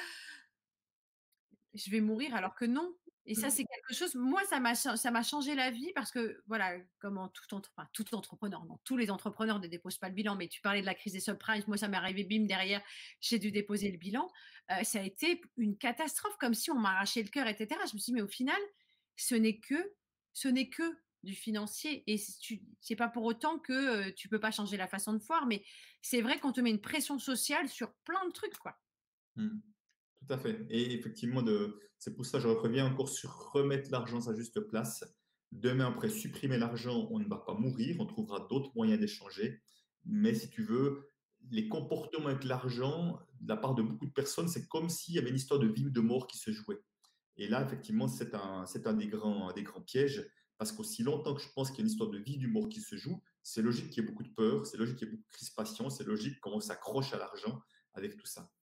je vais mourir, alors que non. Et ça, c'est quelque chose, moi, ça m'a ça m'a changé la vie, parce que voilà, comme en tout, entre, enfin, tout entrepreneur, non, tous les entrepreneurs ne déposent pas le bilan, mais tu parlais de la crise des subprimes, moi, ça m'est arrivé, bim, derrière, j'ai dû déposer le bilan. Euh, ça a été une catastrophe, comme si on m'arrachait le cœur, et cetera. Je me suis dit, mais au final, ce n'est que, ce n'est que du financier. Et ce n'est pas pour autant que euh, tu peux pas changer la façon de voir, mais c'est vrai qu'on te met une pression sociale sur plein de trucs, quoi. Mmh. Tout à fait. Et effectivement, de... c'est pour ça que je reviens encore sur remettre l'argent à sa juste place. Demain, après supprimer l'argent, on ne va pas mourir, on trouvera d'autres moyens d'échanger. Mais si tu veux, les comportements avec l'argent, de la part de beaucoup de personnes, c'est comme s'il y avait une histoire de vie ou de mort qui se jouait. Et là, effectivement, c'est un, c'est un des grands, un des grands pièges, parce qu'aussi longtemps que je pense qu'il y a une histoire de vie, du mort qui se joue, c'est logique qu'il y ait beaucoup de peur, c'est logique qu'il y ait beaucoup de crispation, c'est logique qu'on s'accroche à l'argent avec tout ça.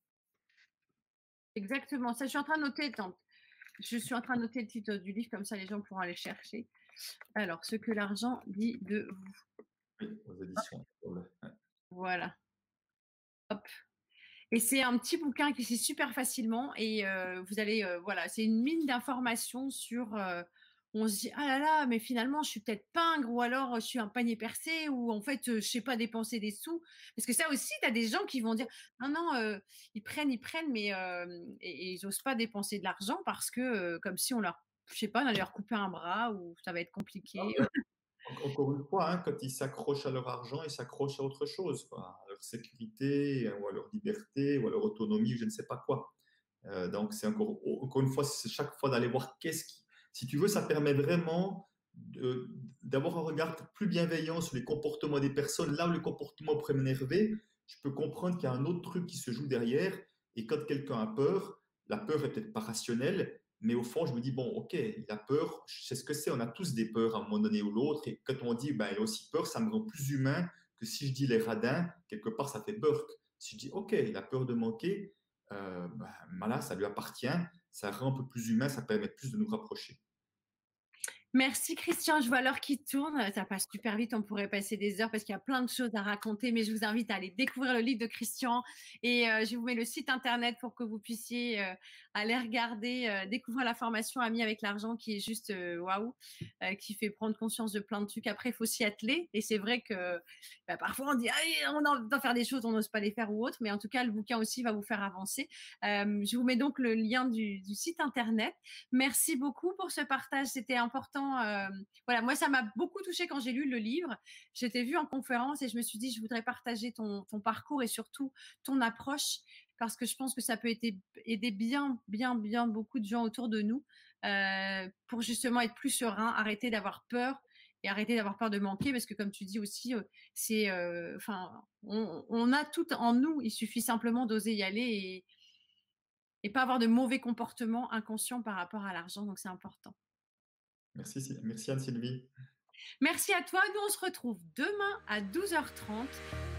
Exactement. Ça, je suis en train de noter. Attends, je suis en train de noter le titre du livre, comme ça les gens pourront aller chercher. Alors, ce que l'argent dit de vous. Oui, aux éditions. Ouais. Voilà. Hop. Et c'est un petit bouquin qui s'est super facilement et euh, vous allez, euh, voilà, c'est une mine d'informations sur. Euh, on se dit, ah là là, mais finalement, je suis peut-être pingre ou alors je suis un panier percé ou en fait, euh, je sais pas dépenser des sous. Parce que ça aussi, tu as des gens qui vont dire, non, non, euh, ils prennent, ils prennent, mais euh, et, et ils n'osent pas dépenser de l'argent parce que, euh, comme si on leur, je sais pas, on allait leur couper un bras ou ça va être compliqué. En- Encore une fois, hein, quand ils s'accrochent à leur argent, ils s'accrochent à autre chose, quoi, à leur sécurité, euh, ou à leur liberté, ou à leur autonomie, ou je ne sais pas quoi. Euh, donc, c'est encore, encore une fois, c'est chaque fois d'aller voir qu'est-ce qui. Si tu veux, ça permet vraiment de- d'avoir un regard plus bienveillant sur les comportements des personnes. Là où le comportement pourrait m'énerver, je peux comprendre qu'il y a un autre truc qui se joue derrière. Et quand quelqu'un a peur, la peur est peut-être pas rationnelle, mais au fond, je me dis, bon, ok, la peur, je sais ce que c'est, on a tous des peurs à un moment donné ou l'autre. Et quand on dit, ben, il a aussi peur, ça me rend plus humain que si je dis les radins, quelque part, ça fait burk. Si je dis, ok, il a peur de manquer, euh, ben, voilà, ça lui appartient, ça rend un peu plus humain, ça permet plus de nous rapprocher. Merci Christian, je vois l'heure qui tourne, ça passe super vite, on pourrait passer des heures parce qu'il y a plein de choses à raconter, mais je vous invite à aller découvrir le livre de Christian et euh, je vous mets le site internet pour que vous puissiez euh, aller regarder, euh, découvrir la formation Amis avec l'argent qui est juste euh, waouh, euh, qui fait prendre conscience de plein de trucs. Après, il faut s'y atteler et c'est vrai que bah, parfois on dit ah, on a envie de faire des choses, on n'ose pas les faire ou autre, mais en tout cas, le bouquin aussi va vous faire avancer. Euh, je vous mets donc le lien du, du site internet. Merci beaucoup pour ce partage, c'était important. Euh, voilà, moi, ça m'a beaucoup touchée quand j'ai lu le livre. Je t'ai vu en conférence et je me suis dit, je voudrais partager ton, ton parcours et surtout ton approche parce que je pense que ça peut aider, aider bien, bien, bien beaucoup de gens autour de nous euh, pour justement être plus serein, arrêter d'avoir peur et arrêter d'avoir peur de manquer parce que comme tu dis aussi, euh, c'est, enfin, euh, on, on a tout en nous. Il suffit simplement d'oser y aller et, et pas avoir de mauvais comportements inconscients par rapport à l'argent. Donc c'est important. Merci, merci Anne-Sylvie. Merci à toi. Nous, on se retrouve demain à douze heures trente